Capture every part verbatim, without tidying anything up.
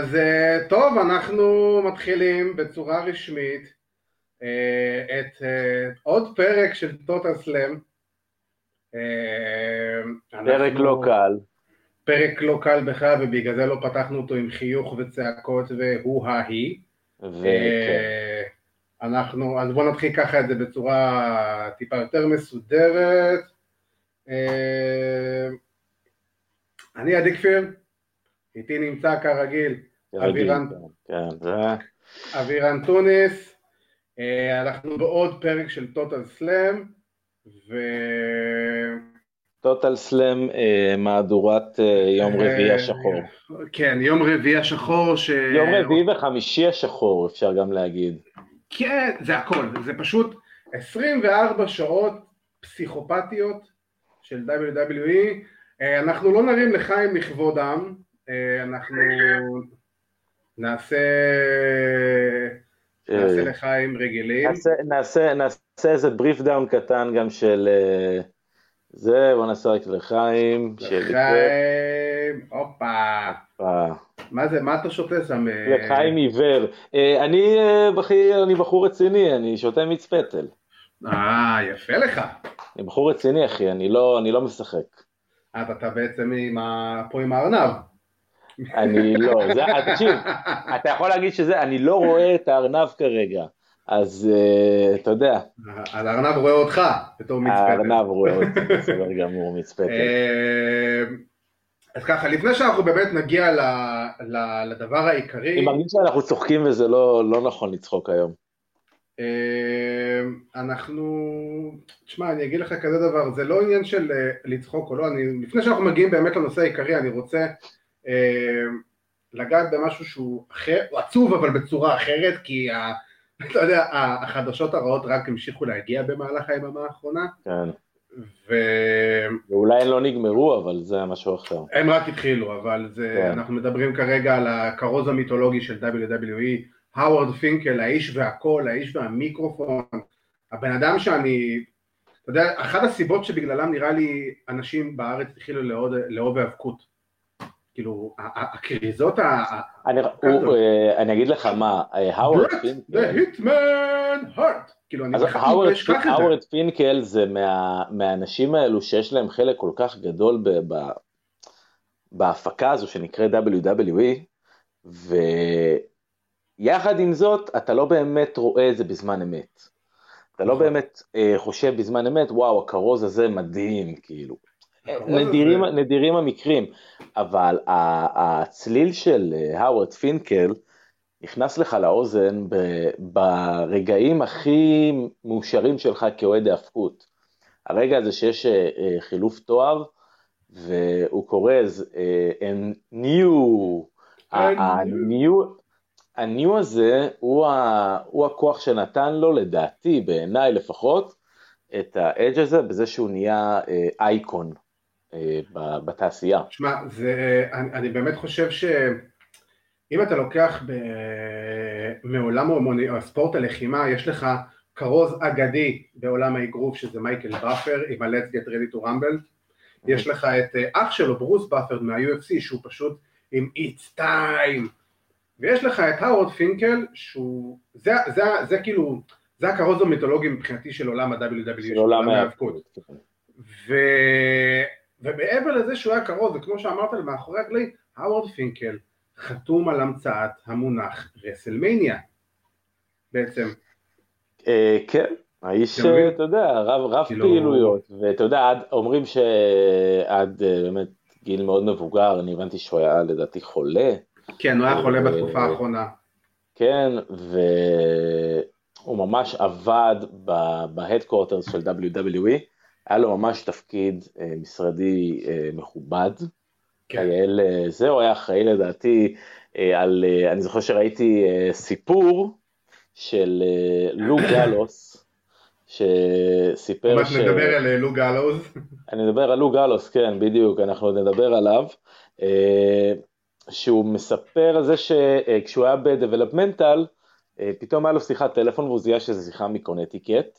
אז אה, טוב, אנחנו מתחילים בצורה רשמית אה, את אה, עוד פרק של טוטל סלאם. אה, פרק לא אנחנו קל. פרק לא קל בכלל, ובגלל זה לא פתחנו אותו עם חיוך וצעקות והוא ההיא. וכן. אה, אנחנו, אז בואו נתחיל ככה את זה בצורה טיפה יותר מסודרת. אה, אני עדי כפיר, איתי נמצא כרגיל כרגיל, אבירן, כן, כן, זה אבירן טוניס. אה, אנחנו בעוד פרק של טוטל סלאם, ו... טוטל סלאם, אה, מהדורת אה, יום רביעי אה, השחור. כן, יום רביעי השחור, ש... יום רביעי וחמישי השחור, אפשר גם להגיד. כן, זה הכל, זה פשוט עשרים וארבע שעות פסיכופתיות של דאבליו דאבליו אי. אה, אנחנו לא נרים לחיים לכבודם, אה, אנחנו נעשה נעשה אה, לחיים רגילים. נעשה, נעשה, נעשה איזה בריף דאון קטן גם של אה, זה, בוא נעשה רק לחיים, שיהיה לי כיף. לחיים, הופה, אה, מה זה, מה אתה שותה שם? לחיים עיוור. אה, אני, אה, בכי, אני בחור רציני, אני שותה מיץ פטל. אה, יפה לך. אני בחור רציני, אחי, אני לא, אני לא משחק. אז אתה בעצם עם ה... פה עם הארנב. אני לא, זה, תקשיב, אתה יכול להגיד שזה, אני לא רואה את הארנב כרגע, אז uh, אתה יודע, אז הארנב רואה אותך בתור מצפתל. הארנב רואה אותי, בסדר גמור, מצפתל. אה, אז ככה, לפני שאנחנו באמת נגיע ל... ל... לדבר אני העיקרי, מרגיש שאנחנו צוחקים וזה לא, לא נכון לצחוק היום. אה, אנחנו, תשמע, אני אגיד לך כזה דבר, זה לא עניין של אה, לצחוק או לא, אני, לפני שאנחנו מגיעים באמת לנושא העיקרי, אני רוצה אה, לגעת במשהו שהוא אחר, הוא עצוב אבל בצורה אחרת, כי ה, אתה יודע, החדשות הרעות רק המשיכו להגיע במהלך היממה האחרונה, כן. והם ואולי הן לא נגמרו, אבל זה משהו אחר. רק התחילו, אבל זה, כן. אנחנו מדברים כרגע על הכרוז המיתולוגי של דאבליו דאבליו אי, האוורד פינקל, האיש והקול, האיש והמיקרופון, הבן אדם שאני, אתה יודע, אחת הסיבות שבגללם נראה לי אנשים בארץ התחילו לאהוב לאהוב האבקות, כאילו, הקריזות ה... אני, הוא, אה, אני אגיד לך מה, אה, האוורד ברט, the פינקל, hitman heart, כאילו, אני אז בכלל לא האוורד, אשכח את זה. האוורד פינקל זה מה, מהאנשים האלו שיש להם חלק כל כך גדול ב, ב, בהפקה הזו שנקראת דאבליו דאבליו אי, ויחד עם זאת, אתה לא באמת רואה את זה בזמן אמת. אתה לא נכון. באמת אה, חושב בזמן אמת, וואו, הכרוז הזה מדהים, כאילו. הכרוז נדירים, הזה, נדירים המקרים, אבל ה- הצליל של אה, האוורד פינקל נכנס לך לאוזן ב- ברגעים הכי מאושרים שלך כאוהד ההפקות. הרגע הזה שיש אה, אה, חילוף תואר, והוא קורז, אה, and new, ה-new, הניו הזה הוא, ה, הוא הכוח שנתן לו, לדעתי, בעיניי לפחות, את האדג' הזה, בזה שהוא נהיה אה, אייקון אה, בתעשייה. תשמע, זה, אני, אני באמת חושב שאם אתה לוקח ב, מעולם האומני, או הספורט הלחימה, יש לך כרוז אגדי בעולם האגרוף, שזה מייקל באפר עם ה-Let's Get Ready to Rumble, יש לך את אח שלו, ברוס באפר מה-יו אף סי, שהוא פשוט עם It's Time, ויש לך את האוורד פינקל, שהוא, זה, זה, זה, זה כאילו, זה הכרוז המיתולוגי מבחינתי של עולם ה-דאבליו דאבליו אי, של עולם ההאבקות. ההאבקות. ו... ומעבר לזה שהוא היה כרוז, וכמו שאמרת מאחורי הקלעים, האוורד פינקל חתום על המצאת המונח רסלמניה, בעצם. אה, כן, האיש, אתה מבין? אתה יודע, רב, רב כאילו, פעילויות, ואתה יודע, עד, אומרים שעד אה, באמת גיל מאוד מבוגר, אני הבנתי שהוא היה לדעתי חולה. כן, הוא היה חולה אה, בתקופה האחרונה. כן, והוא ממש עבד בהדקורטרס של דאבליו דאבליו אי, היה לו ממש תפקיד אה, משרדי אה, מכובד, כן. חייל, אה, זה הוא היה אחראי לדעתי, אה, על, אה, אני זוכר שראיתי אה, סיפור של אה, לו גלוס, שסיפר ממש ש... נדבר על לו גלוז. אני מדבר על לו גלוס, כן, בדיוק, אנחנו נדבר עליו, אה, שהוא מספר על זה שכשהוא היה בדבלפמנטל, פתאום היה לו שיחת טלפון, והוא זיהה שזה שיחה מקונטיקט,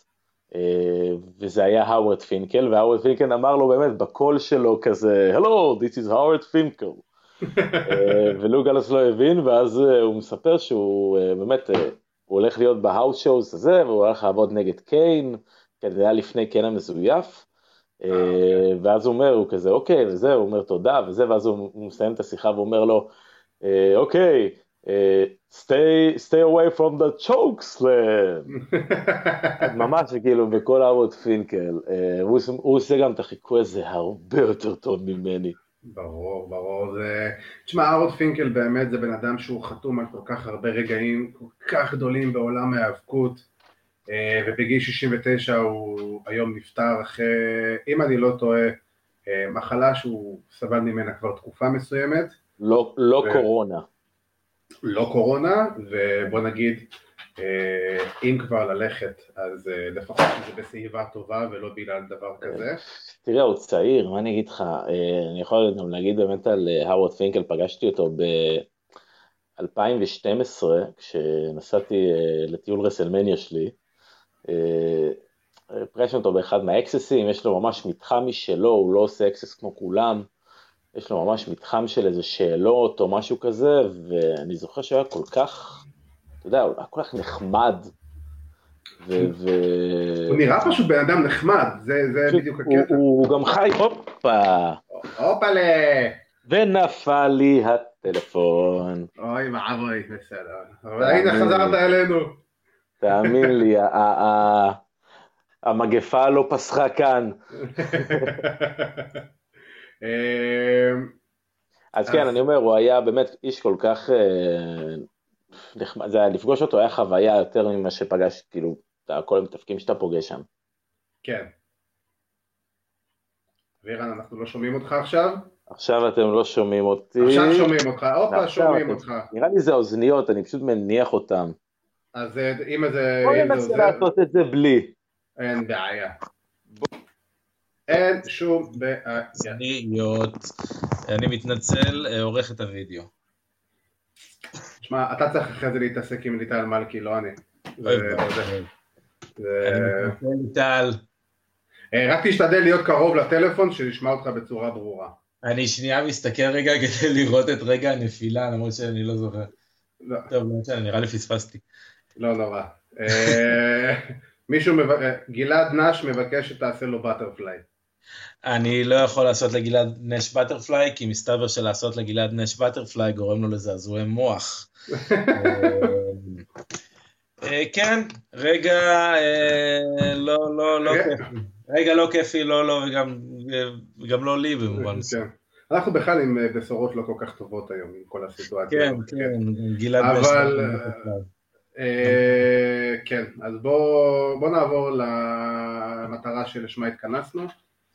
וזה היה האוורד פינקל, והאוורד פינקל אמר לו באמת בקול שלו כזה, Hello, this is האוורד פינקל. ולוגלס לא הבין, ואז הוא מספר שהוא באמת, הוא הולך להיות בהאוס שואוס הזה, והוא הולך לעבוד נגד קיין, כי זה היה לפני קיין המזויף, ואז הוא אומר, הוא כזה, אוקיי, וזה, הוא אומר תודה, וזה, ואז הוא מסיים את השיחה ואומר לו, אוקיי, stay, stay away from the choke slam. ממש כאילו בכל האוורד פינקל, הוא עושה גם את החיקוי הזה הרבה יותר טוב ממני. ברור, ברור, זה... תשמע, האוורד פינקל באמת זה בן אדם שהוא חתום על כל כך הרבה רגעים, כל כך גדולים בעולם ההיאבקות, ובגיל שישים ותשע הוא היום נפטר אחרי, אם אני לא טועה, מחלה שהוא סבל ממנה כבר תקופה מסוימת. לא, לא ו... קורונה. לא קורונה, ובוא נגיד, אם כבר ללכת, אז לפחות שזה בסביבה טובה ולא בגלל דבר כזה. תראה, הוא צעיר, מה אני אגיד לך? אני יכול גם להגיד באמת על האוורד פינקל, פגשתי אותו ב-אלפיים ושתים עשרה, כשנסעתי לטיול רסלמניה שלי, פגשתי אותו באחד מהאקססים, יש לו ממש מתחם משלו, הוא לא עושה אקסס כמו כולם, יש לו ממש מתחם של איזה שאלות או משהו כזה, ואני זוכר שהוא היה כל כך, אתה יודע, הוא היה כל כך נחמד, ו... ו... הוא נראה פשוט בן אדם נחמד, זה, זה בדיוק הקטע. הוא, הוא גם חי, הופה. הופה ל... ונפל לי הטלפון. אוי, מעבוי, בסדר. אבל הנה חזרת אלינו. תאמין לי, המגפה לא פסחה כאן. אז כן, אני אומר, הוא היה באמת איש כל כך נחמד, זה היה לפגוש אותו, היה חוויה יותר ממה שפגש, כאילו, כל המתאבקים שאתה פוגש שם. כן. וירן, אנחנו לא שומעים אותך עכשיו? עכשיו אתם לא שומעים אותי. עכשיו שומעים אותך, הופה, שומעים אותך. נראה לי זה האוזניות, אני פשוט מניח אותם. אז אם זה... בוא ננסה לעשות את זה בלי. אין בעיה. אין שום בעיה. אני מתנצל, עורך את הוידאו. תשמע, אתה צריך אחרי זה להתעסק עם ליטל מלכי, לא אני. אני מתנצל ליטל. רק תשתדל להיות קרוב לטלפון, שנשמע אותך בצורה ברורה. אני שנייה מסתכל רגע כדי לראות את רגע הנפילה, למרות שאני לא זוכר. טוב, נראה לי פספסתי. לא נורא. מישהו, גלעד נש מבקש שתעשה לו בטרפליי. אני לא יכול לעשות לגלעד נש בטרפליי, כי מסתבר שלעשות לגלעד נש בטרפליי גורם לו לזעזועי מוח. כן, רגע לא, לא, לא כיפי. רגע לא כיפי, לא, לא, וגם לא לי במובן מסוים. אנחנו בכלל עם בשורות לא כל כך טובות היום, עם כל הסיטואציה. כן, כן, גלעד נש. אבל... כן, אז בואו נעבור למטרה שלשמה התכנסנו.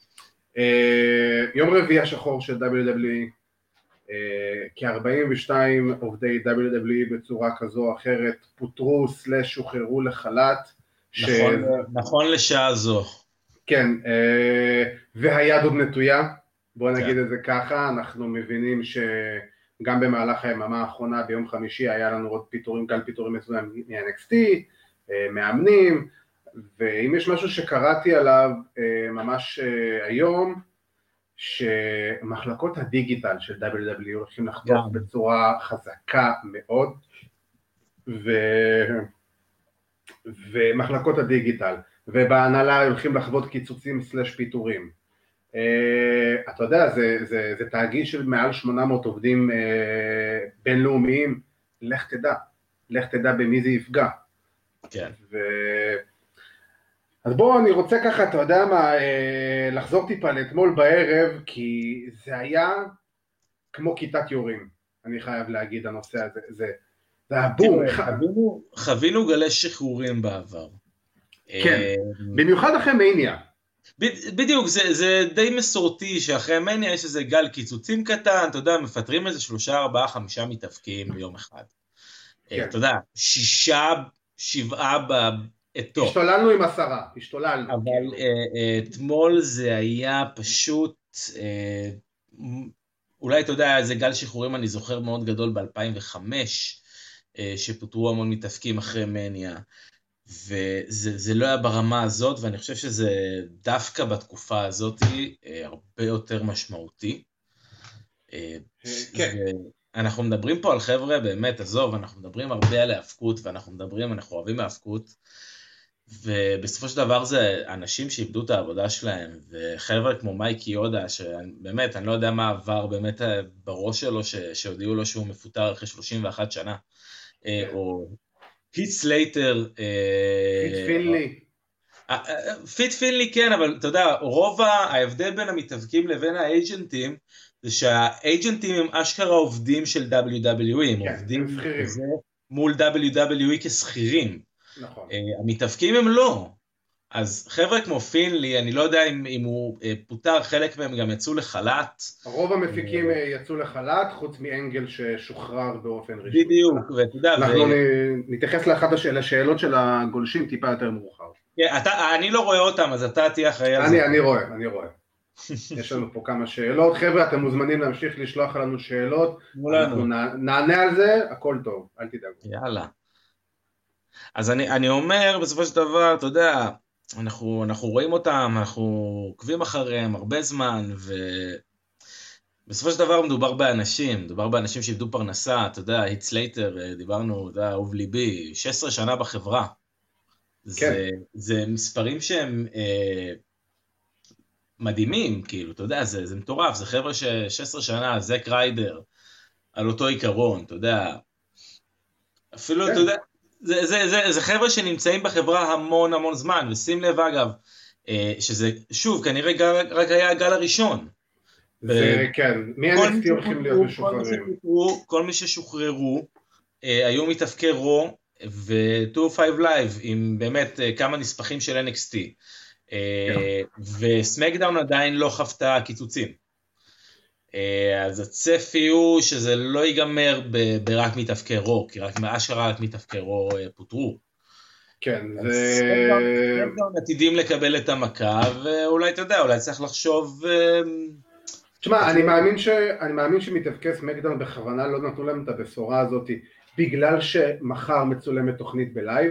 יום רביעי השחור של דאבליו דאבליו אי, כ-ארבעים ושתיים עובדי דאבליו דאבליו אי בצורה כזו או אחרת פוטרו סלש שוחררו לחל"ת. נכון לשעה זו. כן, והיד עוד נטויה, בואו נגיד את זה ככה, אנחנו מבינים שגם במהלך היממה האחרונה ביום חמישי היה לנו עוד פיטורים, גל פיטורים מסוים מ-אן אקס טי, מאמנים, ואם יש משהו שקראתי עליו ממש היום, שמחלקות הדיגיטל של דאבליו דאבליו אי הולכים לחטוף בצורה חזקה מאוד, ו... ומחלקות הדיגיטל, ובהנהלה הולכים לחוות קיצוצים סלש פיטורים. אתה יודע, זה, זה, זה תאגיד של מעל שמונה מאות עובדים בינלאומיים, לך תדע, לך תדע במי זה יפגע. כן. ו... אז בואו, אני רוצה ככה, אתה יודע מה, לחזור טיפה לאתמול בערב, כי זה היה כמו כיתת יורים, אני חייב להגיד, הנושא הזה, זה, זה היה בום. חווינו, חווינו גלי שחרורים בעבר. כן, במיוחד אחרי מניה. בדיוק, זה, זה די מסורתי, שאחרי מניה יש איזה גל קיצוצים קטן, אתה יודע, מפטרים איזה שלושה, ארבעה, חמישה מתאבקים ביום אחד. כן. אתה יודע, שישה, שבעה ב... אתו. השתוללנו עם עשרה, השתוללנו. אבל אתמול זה היה פשוט, אולי אתה יודע, זה גל שחרורים אני זוכר מאוד גדול ב-אלפיים וחמש, שפוטרו המון מתאבקים אחרי מניה, וזה לא היה ברמה הזאת, ואני חושב שזה דווקא בתקופה הזאת הרבה יותר משמעותי. כן. אנחנו מדברים פה על חבר'ה, באמת, עזוב, אנחנו מדברים הרבה על ההפקות, ואנחנו מדברים, אנחנו אוהבים ההפקות, ובסופו של דבר זה אנשים שאיבדו את העבודה שלהם, וחבר'ה כמו מייק יודה, שבאמת, אני לא יודע מה עבר באמת בראש שלו, שהודיעו לו שהוא מפוטר אחרי שלושים ואחת שנה, או פיט סלייטר, פיט פינלי. פיט פינלי כן, אבל אתה יודע, רוב ההבדל בין המתאבקים לבין האג'נטים, זה שהאג'נטים הם אשכרה עובדים של דאבליו דאבליו אי, הם כן, עובדים הם שכירים. מול דאבליו דאבליו אי כשכירים. נכון. המתאבקים הם לא. אז חבר'ה כמו פינלי, אני לא יודע אם, אם הוא פוטר, חלק מהם גם יצאו לחל"ת. רוב המפיקים יצאו לחל"ת, חוץ מאנגל ששוחרר באופן רשמי. בדיוק, ואתה יודע... אנחנו ו... נתייחס לאחת השאלות של הגולשים טיפה יותר מאוחר. אתה, אני לא רואה אותם, אז אתה תהיה אחראי על זה. אני, אני רואה, אני רואה. יש לנו פה כמה שאלות, חבר'ה, אתם מוזמנים להמשיך לשלוח לנו שאלות, אנחנו נענה על זה, הכל טוב, אל תדאגו. יאללה. אז אני, אני אומר, בסופו של דבר, אתה יודע, אנחנו, אנחנו רואים אותם, אנחנו עוקבים אחריהם הרבה זמן, ובסופו של דבר מדובר באנשים, מדובר באנשים שאיבדו פרנסה, אתה יודע, היט סלייטר, דיברנו, אתה יודע, אהוב ליבי, שש עשרה שנה בחברה. כן. זה, זה מספרים שהם... אה, מדהימים, כאילו, אתה יודע, זה, זה מטורף, זה חבר'ה ש-שש עשרה שנה, זק ריידר, על אותו עיקרון, אתה יודע, אפילו, כן. אתה יודע, זה, זה, זה, זה חבר'ה שנמצאים בחברה המון המון זמן, ושים לב אגב, שזה, שוב, כנראה גל, רק היה הגל הראשון. זה, ו- כן, מי אן אקס טי הולכים להיות משוחררים? כל מי ששוחררו, היו מתאבקי רו, ו-מאתיים וחמש Live, עם באמת כמה נספחים של אן אקס טי. וסמקדאון עדיין לא חוותה קיצוצים, אז הצפי הוא שזה לא ייגמר ברק מתאבקי רו, כי רק מאשכרה רק מתאבקי רו פוטרו. כן, זה... סמקדאון עתידים לקבל את המכה, ואולי אתה יודע, אולי צריך לחשוב... תשמע, אני מאמין ש... אני מאמין שמתאבקי סמקדאון בכוונה לא נתנו להם את הבשורה הזאת, בגלל שמחר מצולמת תוכנית בלייב,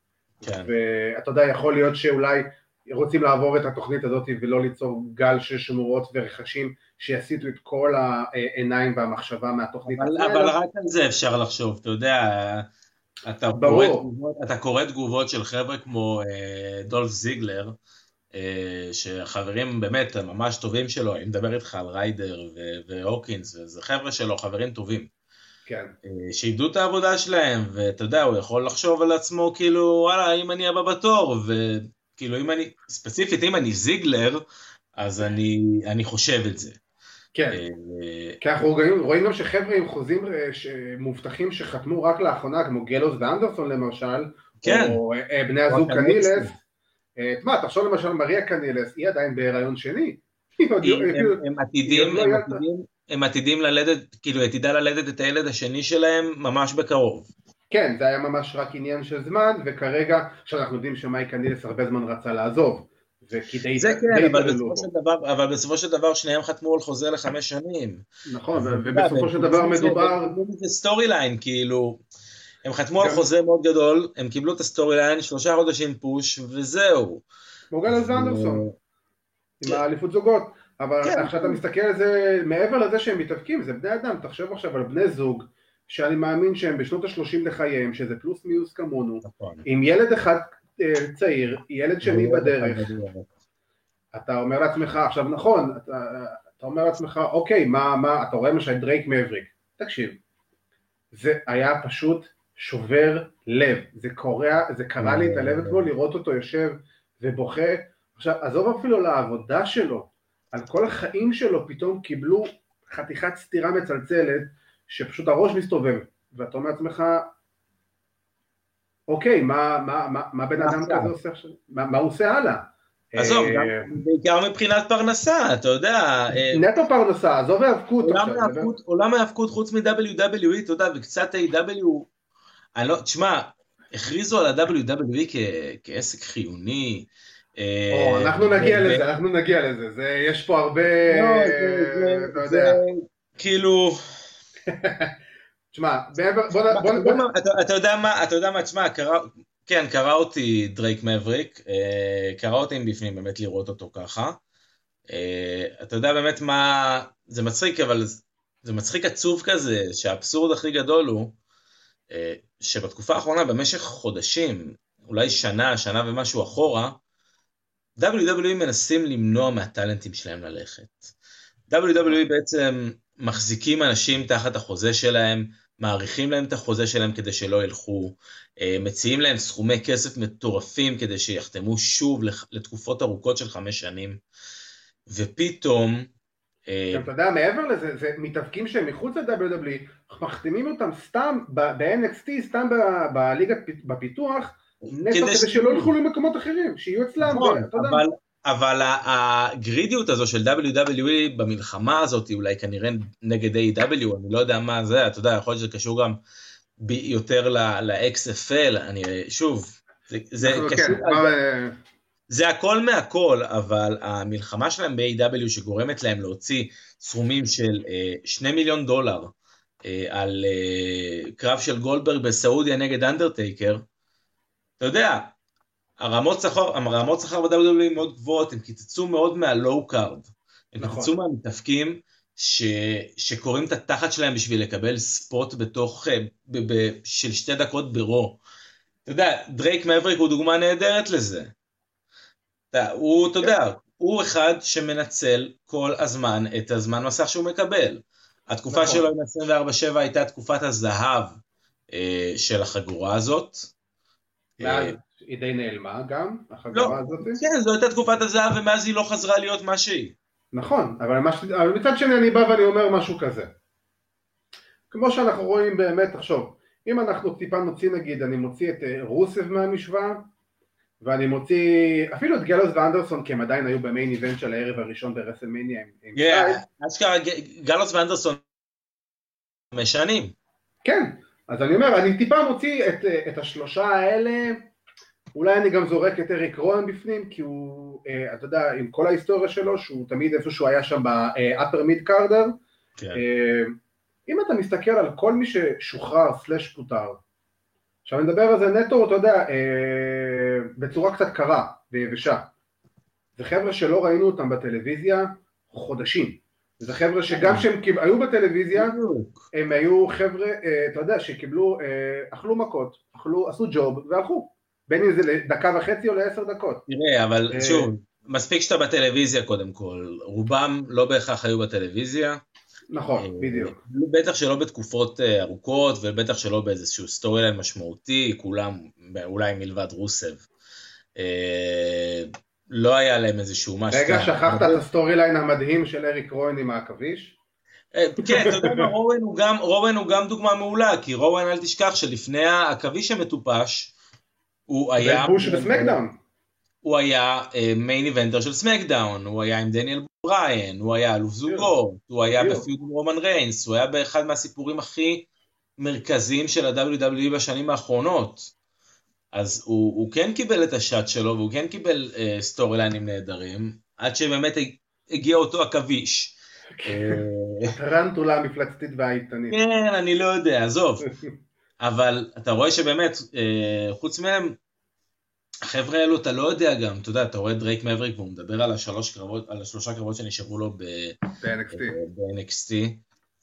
ואתה יודע, יכול להיות שאולי רוצים לעבור את התוכנית הזאת ולא ליצור גל של שמורות ורכשים שיסיטו את כל העיניים והמחשבה מהתוכנית. אבל, אבל רק על זה אפשר לחשוב, אתה יודע, אתה קורא, תגובות, אתה קורא תגובות של חבר'ה כמו אה, דולף זיגלר, אה, שחברים באמת ממש טובים שלו, אני מדבר איתך על ריידר והוקינס, וזה חבר'ה שלו, חברים טובים. כן. שאיבדו את העבודה שלהם, ואתה יודע, הוא יכול לחשוב על עצמו כאילו, וואלה, אם אני הבא בתור, וכאילו אם אני, ספציפית, אם אני זיגלר, אז אני, אני חושב את זה. כן, כי אנחנו רואים גם שחבר'ה עם חוזים מובטחים שחתמו רק לאחרונה, כמו גלוס ואנדרסון למשל, או בני הזוג קנילס, מה, תחשוב למשל מריה קנילס, היא עדיין בהיריון שני. הם עתידים, הם עתידים ללדת, כאילו עתידה ללדת את הילד השני שלהם ממש בקרוב. כן, זה היה ממש רק עניין של זמן, וכרגע, שאנחנו יודעים שמאי קנילס הרבה זמן רצה לעזוב, וכדי... זה כן, אבל בסופו של דבר, אבל בסופו של דבר שניהם חתמו על חוזה לחמש שנים. נכון, ובסופו של דבר מדובר... זה סטורי ליין, כאילו, הם חתמו על חוזה מאוד גדול, הם קיבלו את הסטורי ליין, שלושה חודשים פוש, וזהו. כמו גלוס ואנדרסון, עם האליפות זוגות. אבל כשאתה מסתכל על זה, מעבר לזה שהם מתאבקים, זה בני אדם, תחשב עכשיו על בני זוג, שאני מאמין שהם בשנות ה-שלושים לחייהם, שזה פלוס מיוס כמונו, עם ילד אחד צעיר, ילד שני בדרך, אתה אומר לעצמך, עכשיו נכון, אתה, אתה אומר לעצמך, אוקיי, מה, מה, אתה רואה משל דרייק מבריק, תקשיב, זה היה פשוט שובר לב, זה קורא, זה קרא לי את הלב אתמול, לראות אותו יושב ובוכה, עכשיו, עזוב אפילו לעבודה שלו, על כל החיים שלו פתאום קיבלו חתיכת סתירה מצלצלת, שפשוט הראש מסתובב, ואתה אומר לעצמך, אוקיי, מה, מה, מה, מה בן אדם כזה עושה עכשיו? מה, מה הוא עושה הלאה? עזוב, בעיקר מבחינת פרנסה, אתה יודע. נטו פרנסה, עזוב ההאבקות. עולם ההאבקות חוץ מ-דאבליו דאבליו אי, אתה יודע, וקצת איי דאבליו, אני לא, תשמע, הכריזו על ה-דאבליו דאבליו אי כעסק חיוני, אנחנו נגיע לזה, אנחנו נגיע לזה, יש פה הרבה, אתה יודע. כאילו... תשמע, בוא... אתה יודע מה, אתה יודע מה, תשמע, כן, קרא אותי דרייק מבריק, קרא אותי מבפנים באמת לראות אותו ככה, אתה יודע באמת מה, זה מצחיק, אבל זה מצחיק עצוב כזה, שהאבסורד הכי גדול הוא, שבתקופה האחרונה, במשך חודשים, אולי שנה, שנה ומשהו אחורה, דאבליו דאבליו אי מנסים למנוע מהטלנטים שלהם ללכת. דאבליו דאבליו אי בעצם מחזיקים אנשים תחת החוזה שלהם, מעריכים להם את החוזה שלהם כדי שלא ילכו, מציעים להם סכומי כסף מטורפים כדי שיחתמו שוב לתקופות ארוכות של חמש שנים, ופתאום... גם אתה יודע, מעבר לזה, זה מתאבקים שהם מחוץ ל-דאבליו דאבליו אי, מחתימים אותם סתם ב-אן אקס טי, סתם בליגת בפיתוח, נטו כדי שלא ילכו למקומות אחרים, שיהיו אצלם, אתה יודע. אבל הגרידיות הזו של דאבליו דאבליו אי במלחמה הזאת, אולי כנראה נגד איי דאבליו, אני לא יודע מה זה, אתה יודע, יכול להיות שזה קשור גם יותר ל-אקס אף אל, אני שוב, זה קשור, זה הכל מהכל, אבל המלחמה שלהם ב-איי דאבליו שגורמת להם להוציא סכומים של שני מיליון דולר על קרב של גולדברג בסעודיה נגד אנדרטייקר, אתה יודע, הרמות שכר, הרמות שכר ב-דאבליו דאבליו אי מאוד גבוהות, הם קיצצו מאוד מהלואו קארד, הם נכון. קיצצו מהמתאבקים ש... שקוראים את התחת שלהם בשביל לקבל ספוט בתוך, ב... ב... של שתי דקות ברו. אתה יודע, דרייק מבריק הוא דוגמה נהדרת לזה. אתה, הוא, אתה יודע, הוא אחד שמנצל כל הזמן את הזמן מסך שהוא מקבל. התקופה נכון. שלו עם עשרים וארבע שבע הייתה תקופת הזהב אה, של החגורה הזאת. ואז היא די נעלמה גם, החגורה הזאת. כן, זו הייתה תקופת הזהב, ומאז היא לא חזרה להיות מה שהיא. נכון, אבל, מש... אבל מצד שני אני בא ואני אומר משהו כזה. כמו שאנחנו רואים באמת, תחשוב, אם אנחנו טיפה נוציא נגיד, אני מוציא את רוסב מהמשוואה, ואני מוציא, אפילו את גלוס ואנדרסון, כי הם עדיין היו במיין איבנט של הערב הראשון ברסלמניה. כן, אשכרה גלוס ואנדרסון משנים. כן, אז אני אומר, אני טיפה מוציא את, את השלושה האלה, אולי אני גם זורק את אריק רואן בפנים, כי הוא, אה, אתה יודע, עם כל ההיסטוריה שלו, שהוא תמיד איפשהו היה שם ב-upper mid carder, כן. אה, אם אתה מסתכל על כל מי ששוחרר סלש פוטר, עכשיו אני מדבר על זה נטו, אתה יודע, אה, בצורה קצת קרה ויבשה, זה חבר'ה שלא ראינו אותם בטלוויזיה חודשים, זה חבר'ה שגם שהם היו בטלוויזיה, הם היו חבר'ה, אה, אתה יודע, שקיבלו, אה, אכלו מכות, אכלו, עשו ג'וב והלכו, בין אם זה לדקה וחצי או לעשר דקות. תראה, אבל שוב, מספיק שאתה בטלוויזיה קודם כל, רובם לא בהכרח היו בטלוויזיה. נכון, בדיוק. בטח שלא בתקופות ארוכות, ובטח שלא באיזשהו סטורי ליין משמעותי, כולם, אולי מלבד רוסב. לא היה להם איזשהו משהו. רגע, שכחת את הסטורי ליין המדהים של אריק רואן עם העכביש? כן, אתה יודע מה, רואן הוא גם דוגמה מעולה, כי רואן אל תשכח שלפני העכביש המטופש, הוא היה... בפוש בסמקדאון. הוא היה מיין איבנטר של סמקדאון, הוא היה עם דניאל בריין, הוא היה אלוף זוגות, הוא היה בפיוד עם רומן ריינס, הוא היה באחד מהסיפורים הכי מרכזיים של ה-דאבליו דאבליו אי בשנים האחרונות. אז הוא, הוא כן קיבל את השאט שלו, והוא כן קיבל uh, סטורי ליינים נהדרים, עד שבאמת הגיע אותו עכביש. טרנטולה המפלצתית והאיתנית. כן, אני לא יודע, עזוב. אבל אתה רואה שבאמת, uh, חוץ מהם, החבר'ה האלו אתה לא יודע גם, אתה יודע, אתה רואה דרייק מבריק, והוא מדבר על השלוש קרבות, על השלושה קרבות שנשארו לו ב-אן אקס טי.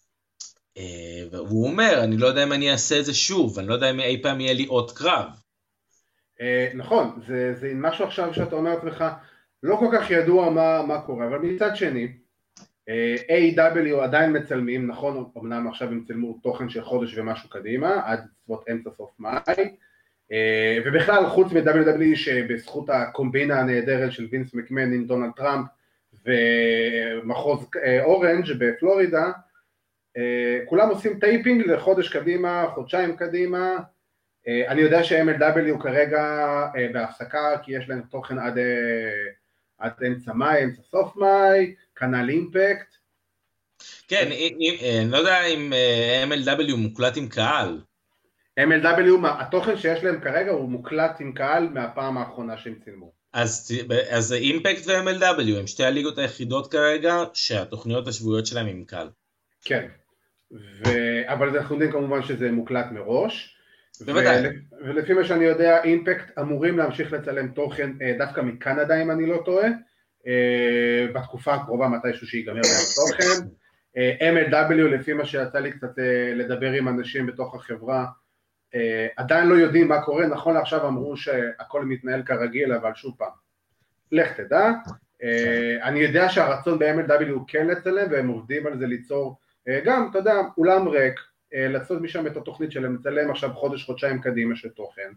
והוא אומר, אני לא יודע אם אני אעשה את זה שוב, אני לא יודע אם אי פעם יהיה לי עוד קרב. נכון, זה משהו עכשיו שאתה אומר לעצמך, לא כל כך ידוע מה קורה, אבל מצד שני, איי דאבליו עדיין מצלמים, נכון, אמנם עכשיו הם צלמו תוכן של חודש ומשהו קדימה, עד סביבות אמצע סוף מאי, ובכלל חוץ מ-דאבליו דאבליו אי שבזכות הקומבינה הנהדרת של וינס מקמן עם דונלד טראמפ ומחוז אורנג' בפלורידה, כולם עושים טייפינג לחודש קדימה, חודשיים קדימה. אני יודע ש-אם אל דאבליו כרגע בהפסקה כי יש להם תוכן עד, עד אמצע מאי, אמצע סוף מאי, כנ"ל אימפקט. כן, אני לא יודע אם אם אל דאבליו מוקלט עם קהל. אם אל דאבליו, התוכן שיש להם כרגע הוא מוקלט עם קהל מהפעם האחרונה שהם צילמו. אז, אז אימפקט ו-אם אל דאבליו הם שתי הליגות היחידות כרגע שהתוכניות השבועיות שלהם עם קהל. כן, ו... אבל אנחנו יודעים כמובן שזה מוקלט מראש. בוודאי. ו... ולפי מה שאני יודע, אימפקט אמורים להמשיך לצלם תוכן דווקא מקנדה אם אני לא טועה, בתקופה הקרובה מתישהו שיגמר להם תוכן. אם אל דאבליו, לפי מה שיצא לי קצת לדבר עם אנשים בתוך החברה, עדיין לא יודעים מה קורה, נכון לעכשיו אמרו שהכל מתנהל כרגיל, אבל שוב פעם, לך תדע, אני יודע שהרצון ב-אם אל דאבליו הוא כן לצלם, והם עובדים על זה ליצור, גם, אתה יודע, אולם ריק, לעשות משם את התוכנית שלהם, לצלם עכשיו חודש, חודשיים קדימה של תוכן.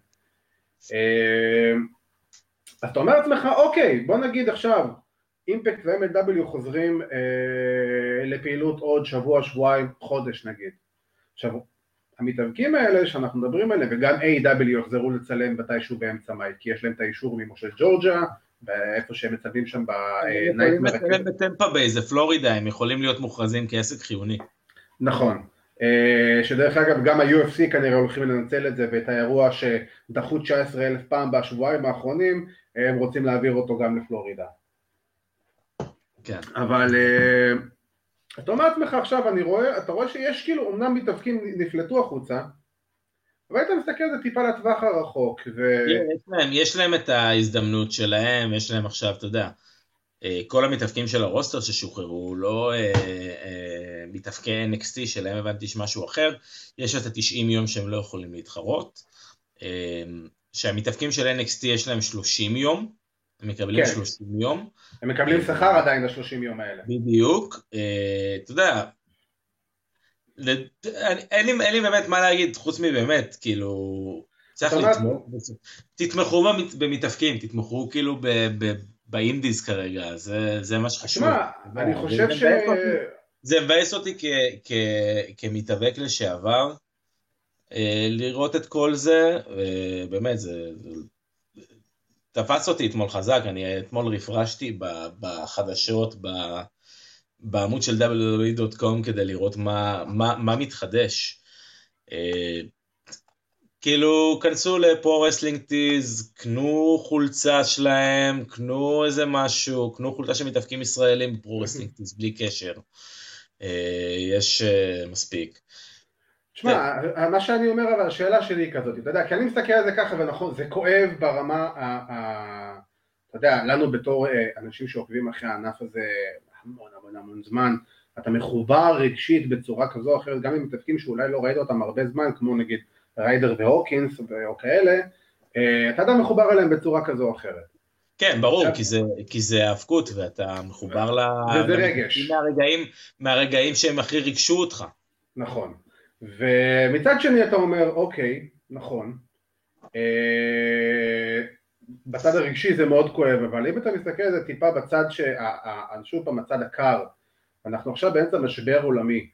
אז אתה אומר לעצמך, אוקיי, בוא נגיד עכשיו, אימפקט ו-אם אל דאבליו חוזרים לפעילות עוד שבוע, שבועיים, חודש נגיד. עכשיו, המתאבקים האלה שאנחנו מדברים עליהם, וגם איי דאבליו יחזרו לצלם מתישהו באמצע מאי, כי יש להם את האישור ממושל ג'ורג'ה, באיפה שהם מצלמים שם בנייט מרקד. הם יכולים בטמפה ביי, זה פלורידה, הם יכולים להיות מוכרזים כעסק חיוני. נכון, שדרך אגב גם ה-יו אף סי כנראה הולכים לנצל את זה, ואת האירוע שדחו תשע עשרה אלף פעם בשבועיים האחרונים, הם רוצים להעביר אותו גם לפלורידה. כן. אבל אתה אומר לעצמך עכשיו, אני רואה, אתה רואה שיש כאילו, אמנם מתאבקים נפלטו החוצה, אבל אתה מסתכל על זה טיפה לטווח הרחוק. ו... יש להם, יש להם את ההזדמנות שלהם, יש להם עכשיו, אתה יודע, כל המתאבקים של הרוסטר ששוחררו, לא אה, אה, מתאבקי אן אקס טי שלהם הבנתי שמשהו אחר, יש את ה-תשעים יום שהם לא יכולים להתחרות, אה, שהמתאבקים של אן אקס טי יש להם שלושים יום, הם מקבלים כן. שלושים יום. הם מקבלים שכר עדיין ל-שלושים יום האלה. בדיוק, אה, אתה יודע, אין לי, אין לי באמת מה להגיד, חוץ מבאמת, כאילו, צריך לתמוך, תתמכו במתאבקים, תתמכו כאילו ב... ב באינדיז כרגע, זה, זה מה שחשוב. תשמע, אני חושב ש... זה מבאס אותי כ, כ, כמתאבק לשעבר, לראות את כל זה, ובאמת, זה... תפס אותי אתמול חזק, אני אתמול רפרשתי בחדשות, בעמוד של דאבליו דאבליו אי דוט קום, כדי לראות מה, מה, מה מתחדש. כאילו, כנסו לפרו רסלינג טיז, קנו חולצה שלהם, קנו איזה משהו, קנו חולצה של מתאבקים ישראלים בפרו רסלינג טיז, בלי קשר. יש מספיק. תשמע, מה שאני אומר, אבל השאלה שלי היא כזאת, אתה יודע, כי אני מסתכל על זה ככה, ונכון, זה כואב ברמה, אתה יודע, לנו בתור אנשים שעוקבים אחרי הענף הזה המון המון המון זמן, אתה מחובר רגשית בצורה כזו או אחרת, גם עם מתאבקים שאולי לא ראית אותם הרבה זמן, כמו נגיד, ריידר והוקינס או כאלה, אתה יודע מחובר אליהם בצורה כזו או אחרת. כן, ברור, כי זה, כי זה האבקות, ואתה מחובר ל... וזה רגש. מהרגעים, מהרגעים שהם הכי ריגשו אותך. נכון. ומצד שני אתה אומר, אוקיי, נכון, בצד הרגשי זה מאוד כואב, אבל אם אתה מסתכל על זה טיפה בצד, שוב פעם, הצד הקר, אנחנו עכשיו באמצע משבר עולמי,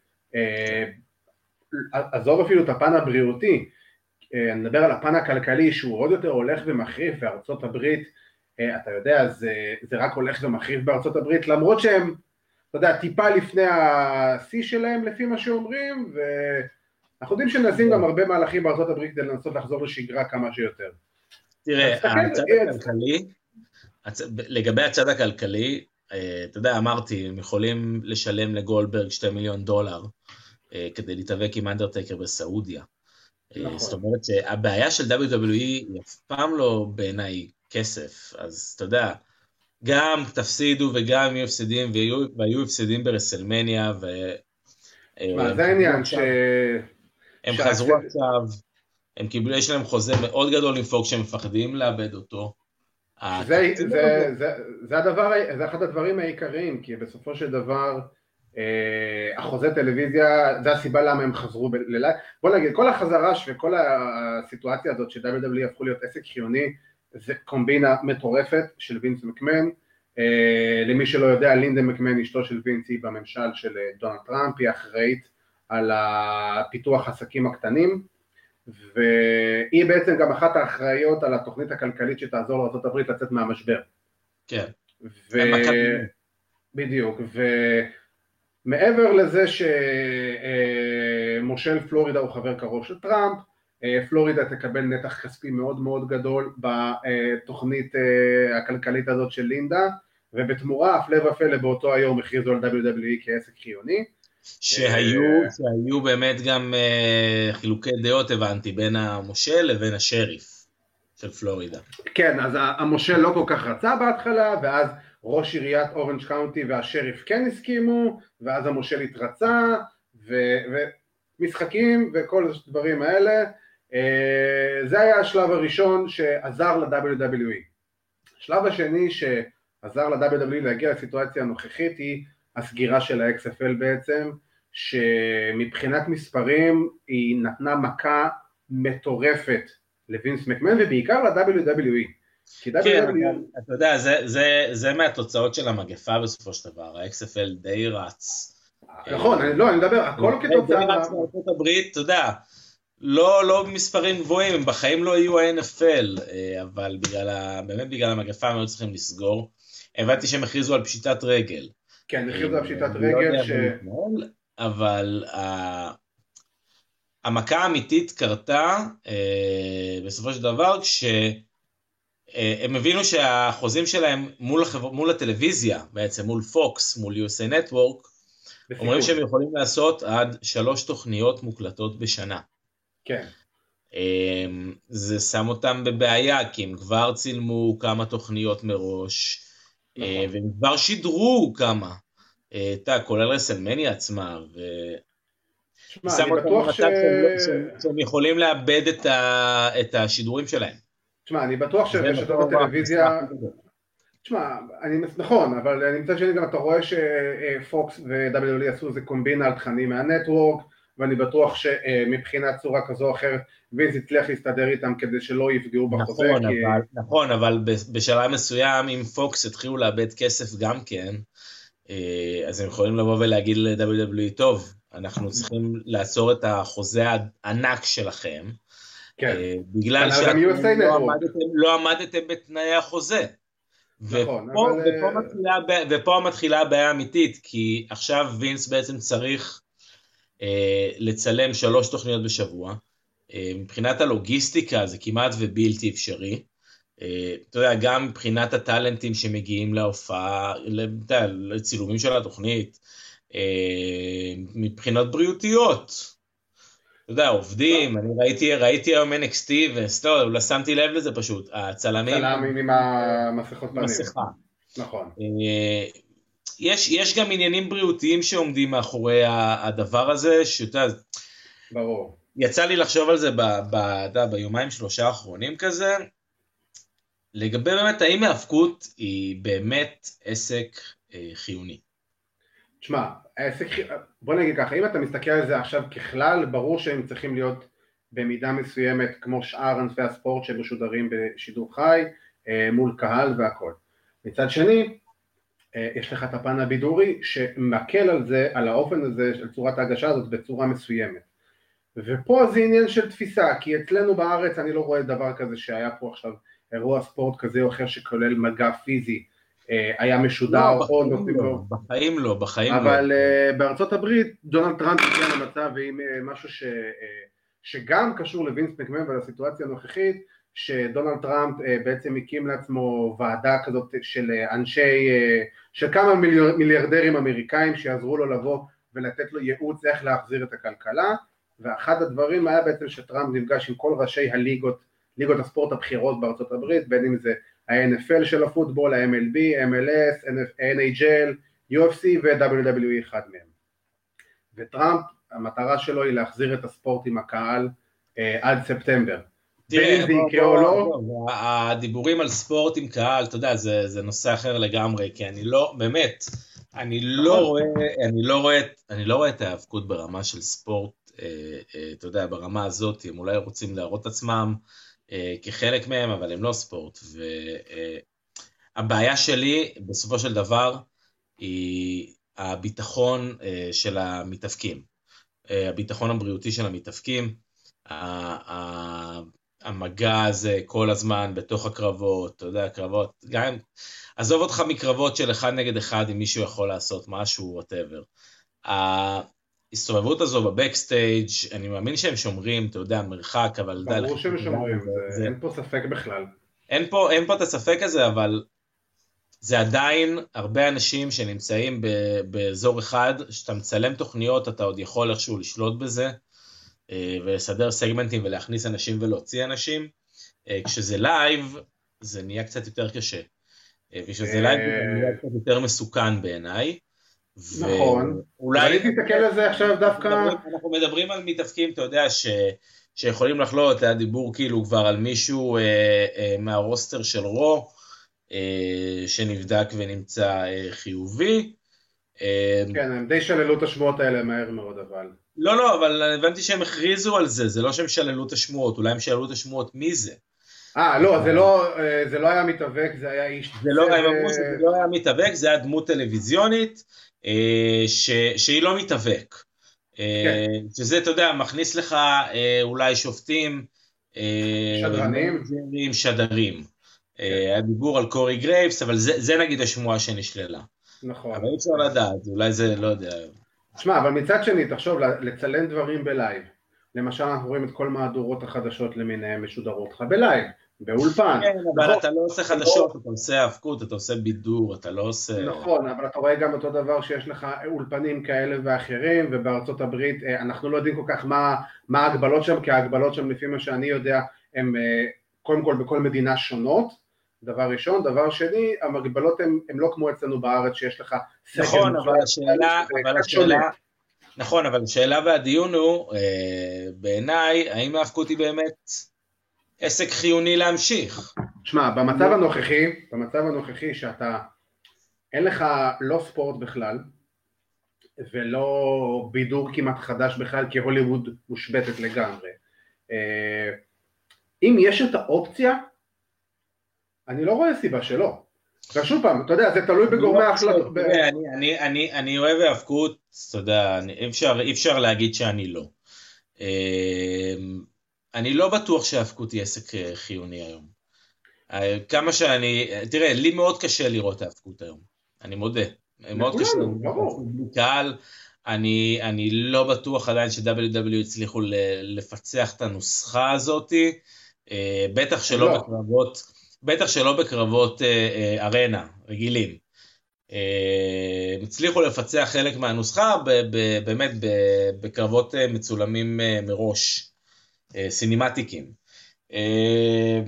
עזוב אפילו את הפן הבריאותי, אני מדבר על הפן הכלכלי שהוא עוד יותר הולך ומחריף בארצות הברית, אתה יודע, זה, זה רק הולך ומחריף בארצות הברית, למרות שהם, אתה יודע, טיפה לפני ה-C שלהם לפי מה שאומרים, ואנחנו יודעים שנעשים גם הרבה מהלכים בארצות הברית כדי לנסות לחזור לשגרה כמה שיותר. תראה, הצד הכלכלי, לגבי הצד הכלכלי, אתה יודע, אמרתי, הם יכולים לשלם לגולדברג שתי מיליון דולר, כדי להתאבק עם אנדרטייקר בסעודיה. נכון. זאת אומרת שהבעיה של דאבליו דאבליו אי היא אף פעם לא בעיניי כסף, אז אתה יודע, גם תפסידו וגם יהיו הפסדים, והיו הפסדים ברסלמניה, ו... מה, זה העניין ש... הם חזרו עכשיו, הם קיבלו, יש להם חוזה מאוד גדול עם פוק שהם מפחדים לאבד אותו. זה, זה, זה, זה הדבר, זה אחד הדברים העיקריים, כי בסופו של דבר, החוזה טלוויזיה, זה הסיבה למה הם חזרו בלילה, בוא נגיד, כל החזרה וכל הסיטואציה הזאת שדאבליו דאבליו אי הפכו להיות עסק חיוני, זה קומבינה מטורפת של וינס מקמן, למי שלא יודע, לינדה מקמן, אשתו של וינס, היא בממשל של דונלד טראמפ, היא אחראית על הפיתוח עסקים הקטנים, והיא בעצם גם אחת האחראיות על התוכנית הכלכלית שתעזור לארצות הברית לצאת מהמשבר. כן. ו... בדיוק, ומעבר לזה שמושל פלורידה הוא חבר קרוב של טראמפ, פלורידה תקבל נתח כספי מאוד מאוד גדול בתוכנית הכלכלית הזאת של לינדה, ובתמורה, הפלא ופלא באותו היום הכריזו על דאבליו דאבליו אי כעסק חיוני. שהיו, שהיו באמת גם חילוקי דעות הבנתי, בין המושל לבין השריף של פלורידה. כן, אז המושל לא כל כך רצה בהתחלה, ואז ראש עיריית אורנג' קאונטי והשריף כן הסכימו, ואז המושל התרצה, ומשחקים וכל הדברים האלה. זה היה השלב הראשון שעזר ל-דאבליו דאבליו אי. השלב השני שעזר ל-דאבליו דאבליו אי להגיע לסיטואציה הנוכחית היא הסגירה של ה-אקס אף אל בעצם, שמבחינת מספרים היא נתנה מכה מטורפת לווינס מקמן ובעיקר ל-דאבליו דאבליו אי. כן, אתה יודע, זה מהתוצאות של המגפה בסופו של דבר, ה-אקס אף אל די רץ. נכון, לא, אני מדבר, הכל כתוצאה... די רץ בארצות הברית, אתה יודע, לא במספרים גבוהים, הם בחיים לא יהיו ה-אן אף אל, אבל באמת בגלל המגפה הם היו צריכים לסגור. הבנתי שהם הכריזו על פשיטת רגל. כן, הכריזו על פשיטת רגל ש... אבל המכה האמיתית קרתה בסופו של דבר כש... הם הבינו שהחוזים שלהם מול, החבר... מול הטלוויזיה, בעצם מול פוקס, מול יו אס איי Network, בסיכון. אומרים שהם יכולים לעשות עד שלוש תוכניות מוקלטות בשנה. כן. זה שם אותם בבעיה, כי הם כבר צילמו כמה תוכניות מראש, נכון. והם כבר שידרו כמה, אתה, כולל רסלמניה עצמה, ו... שמה, אני בטוח ש... שהם, שהם, שהם יכולים לאבד את, ה... את השידורים שלהם. תשמע, אני בטוח שרשתות הטלוויזיה, תשמע, נכון, אבל אני מצא שני גם אתה רואה שפוקס ו-דאבליו דאבליו אי עשו איזה קומבינה על תכנים מהנטוורק, ואני בטוח שמבחינת צורה כזו או אחרת, וינס הצליח להסתדר איתם כדי שלא יפגעו בחוזה. נכון, כי... אבל, נכון, אבל בשלב מסוים, אם פוקס התחילו לאבד כסף גם כן, אז הם יכולים לבוא ולהגיד ל-דאבליו דאבליו אי, טוב, אנחנו צריכים לעצור את החוזה הענק שלכם, כן. בגלל שאתם לא עמדתם, לא עמדתם בתנאי החוזה. נכון, ופה, אבל... ופה, מתחילה, ופה מתחילה הבעיה האמיתית, כי עכשיו וינס בעצם צריך אה, לצלם שלוש תוכניות בשבוע, אה, מבחינת הלוגיסטיקה זה כמעט ובלתי אפשרי, אה, אתה יודע, גם מבחינת הטלנטים שמגיעים להופעה, לצילומים של התוכנית, אה, מבחינות בריאותיות, אתה יודע, עובדים, אני ראיתי, ראיתי היום אן אקס טי, וסטור, לא שמתי לב לזה פשוט, הצלמים... צלמים עם המסכות פנים. מסכה. נכון. יש, יש גם עניינים בריאותיים שעומדים מאחורי הדבר הזה, שאתה... ברור. יצא לי לחשוב על זה ב, ב, ב, ביומיים שלושה האחרונים כזה, לגבי באמת, האם ההפקות היא באמת עסק אה, חיוני? תשמע, העסק, בוא נגיד ככה, אם אתה מסתכל על זה עכשיו ככלל, ברור שהם צריכים להיות במידה מסוימת כמו שאר ענפי הספורט שמשודרים בשידור חי, מול קהל והכל. מצד שני, יש לך את הפן הבידורי שמקל על זה, על האופן הזה, על צורת ההגשה הזאת בצורה מסוימת. ופה זה עניין של תפיסה, כי אצלנו בארץ אני לא רואה דבר כזה שהיה פה עכשיו אירוע ספורט כזה או אחר שכולל מגע פיזי, היה משודר או נותנים לו. בחיים לא, בחיים לא. אבל בארצות הברית דונלד טראמפ הגיע למצב עם משהו שגם קשור לווינס מקמן ולסיטואציה הנוכחית, שדונלד טראמפ בעצם הקים לעצמו ועדה כזאת של אנשי, של כמה מיליארדרים אמריקאים שיעזרו לו לבוא ולתת לו ייעוץ איך להחזיר את הכלכלה, ואחד הדברים היה בעצם שטראמפ נפגש עם כל ראשי הליגות, ליגות הספורט הבחירות בארצות הברית, בין אם זה ה-אן אף אל של הפוטבול, ה-אם אל בי, אם אל אס, אן אייץ' אל, יו אף סי ו-דאבליו דאבליו אי אחד מהם. וטראמפ, המטרה שלו היא להחזיר את הספורט עם הקהל אה, עד ספטמבר. תראה, בוא, בוא, בוא, בוא, הדיבורים על ספורט עם קהל, אתה יודע, זה, זה נושא אחר לגמרי, כי אני לא, באמת, אני לא רואה, אני לא רואה, אני לא רואה את ההאבקות ברמה של ספורט, אה, אה, אתה יודע, ברמה הזאת, הם אולי רוצים להראות עצמם, כחלק מהם, אבל הם לא ספורט, והבעיה שלי בסופו של דבר היא הביטחון של המתאבקים, הביטחון הבריאותי של המתאבקים, המגע הזה כל הזמן בתוך הקרבות, אתה יודע, הקרבות, גם, עזוב אותך מקרבות של אחד נגד אחד, אם מישהו יכול לעשות משהו, whatever. ההסתובבות הזו בבקסטייג', אני מאמין שהם שומרים, אתה יודע, מרחק, אבל... ברור שהם שומרים, זה, אין פה ספק בכלל. אין פה, אין פה את הספק הזה, אבל זה עדיין הרבה אנשים שנמצאים באזור אחד, שאתה מצלם תוכניות, אתה עוד יכול איכשהו לשלוט בזה, ולסדר סגמנטים ולהכניס אנשים ולהוציא אנשים, כשזה לייב, זה נהיה קצת יותר קשה. ושזה לייב זה קצת יותר מסוכן בעיניי. נכון, אבל אם תסתכל על זה עכשיו דווקא... אנחנו מדברים על מתאבקים, אתה יודע, שיכולים לחלות, היה דיבור כאילו כבר על מישהו מהרוסטר של רו, שנבדק ונמצא חיובי. כן, הם די שללו את השמועות האלה מהר מאוד, אבל... לא, לא, אבל הבנתי שהם הכריזו על זה, זה לא שהם שללו את השמועות, אולי הם שללו את השמועות, מי זה? אה, לא, זה לא, זה לא היה מתאבק, זה היה איש... זה לא, הם אמרו שזה לא היה מתאבק, זה היה דמות טלוויזיונית, ש, שהיא לא מתאבק. כן. שזה, אתה יודע, מכניס לך אולי שופטים... שדרנים? שדרים. הדיבור על קורי גרייבס, אבל זה, זה נגיד השמועה שנשללה. נכון. אבל אי אפשר לדעת, אולי זה, לא יודע. תשמע, אבל מצד שני, תחשוב, לצלם דברים בלייב. למשל, אנחנו רואים את כל מהדורות החדשות למיניהם משודרות לך בלייב, באולפן. כן, אבל אתה לא עושה חדשות, אתה עושה האבקות, אתה עושה בידור, אתה לא עושה... נכון, אבל אתה רואה גם אותו דבר שיש לך אולפנים כאלה ואחרים, ובארצות הברית אנחנו לא יודעים כל כך מה, מה ההגבלות שם, כי ההגבלות שם לפי מה שאני יודע, הם קודם כל בכל מדינה שונות, דבר ראשון, דבר שני, המגבלות הן לא כמו אצלנו בארץ שיש לך... נכון, אבל השאלה, אבל השאלה, נכון, אבל השאלה והדיון הוא, בעיניי, האם ההאבקות היא באמת עסק חיוני להמשיך? שמע, במצב הנוכחי, במצב הנוכחי שאתה, אין לך לא ספורט בכלל, ולא בידור כמעט חדש בכלל, כי הוליווד מושבתת לגמרי. אם יש את האופציה, אני לא רואה סיבה שלא. ושוב פעם, אתה יודע, זה תלוי בגורמי ההחלטות. אני אוהב האבקות, אתה יודע, אי אפשר להגיד שאני לא. אני לא בטוח שהאבקות היא עסק חיוני היום. כמה שאני, תראה, לי מאוד קשה לראות האבקות היום. אני מודה. מאוד קשה לראות קהל. אני לא בטוח עדיין ש-דאבליו דאבליו אי הצליחו לפצח את הנוסחה הזאת, בטח שלא בקרבות... בטח שלא בקרבות אה, אה, ארנה, רגילים. אה, הצליחו לפצח חלק מהנוסחה, ב, ב, באמת ב, בקרבות אה, מצולמים אה, מראש, אה, סינימטיקים. אה,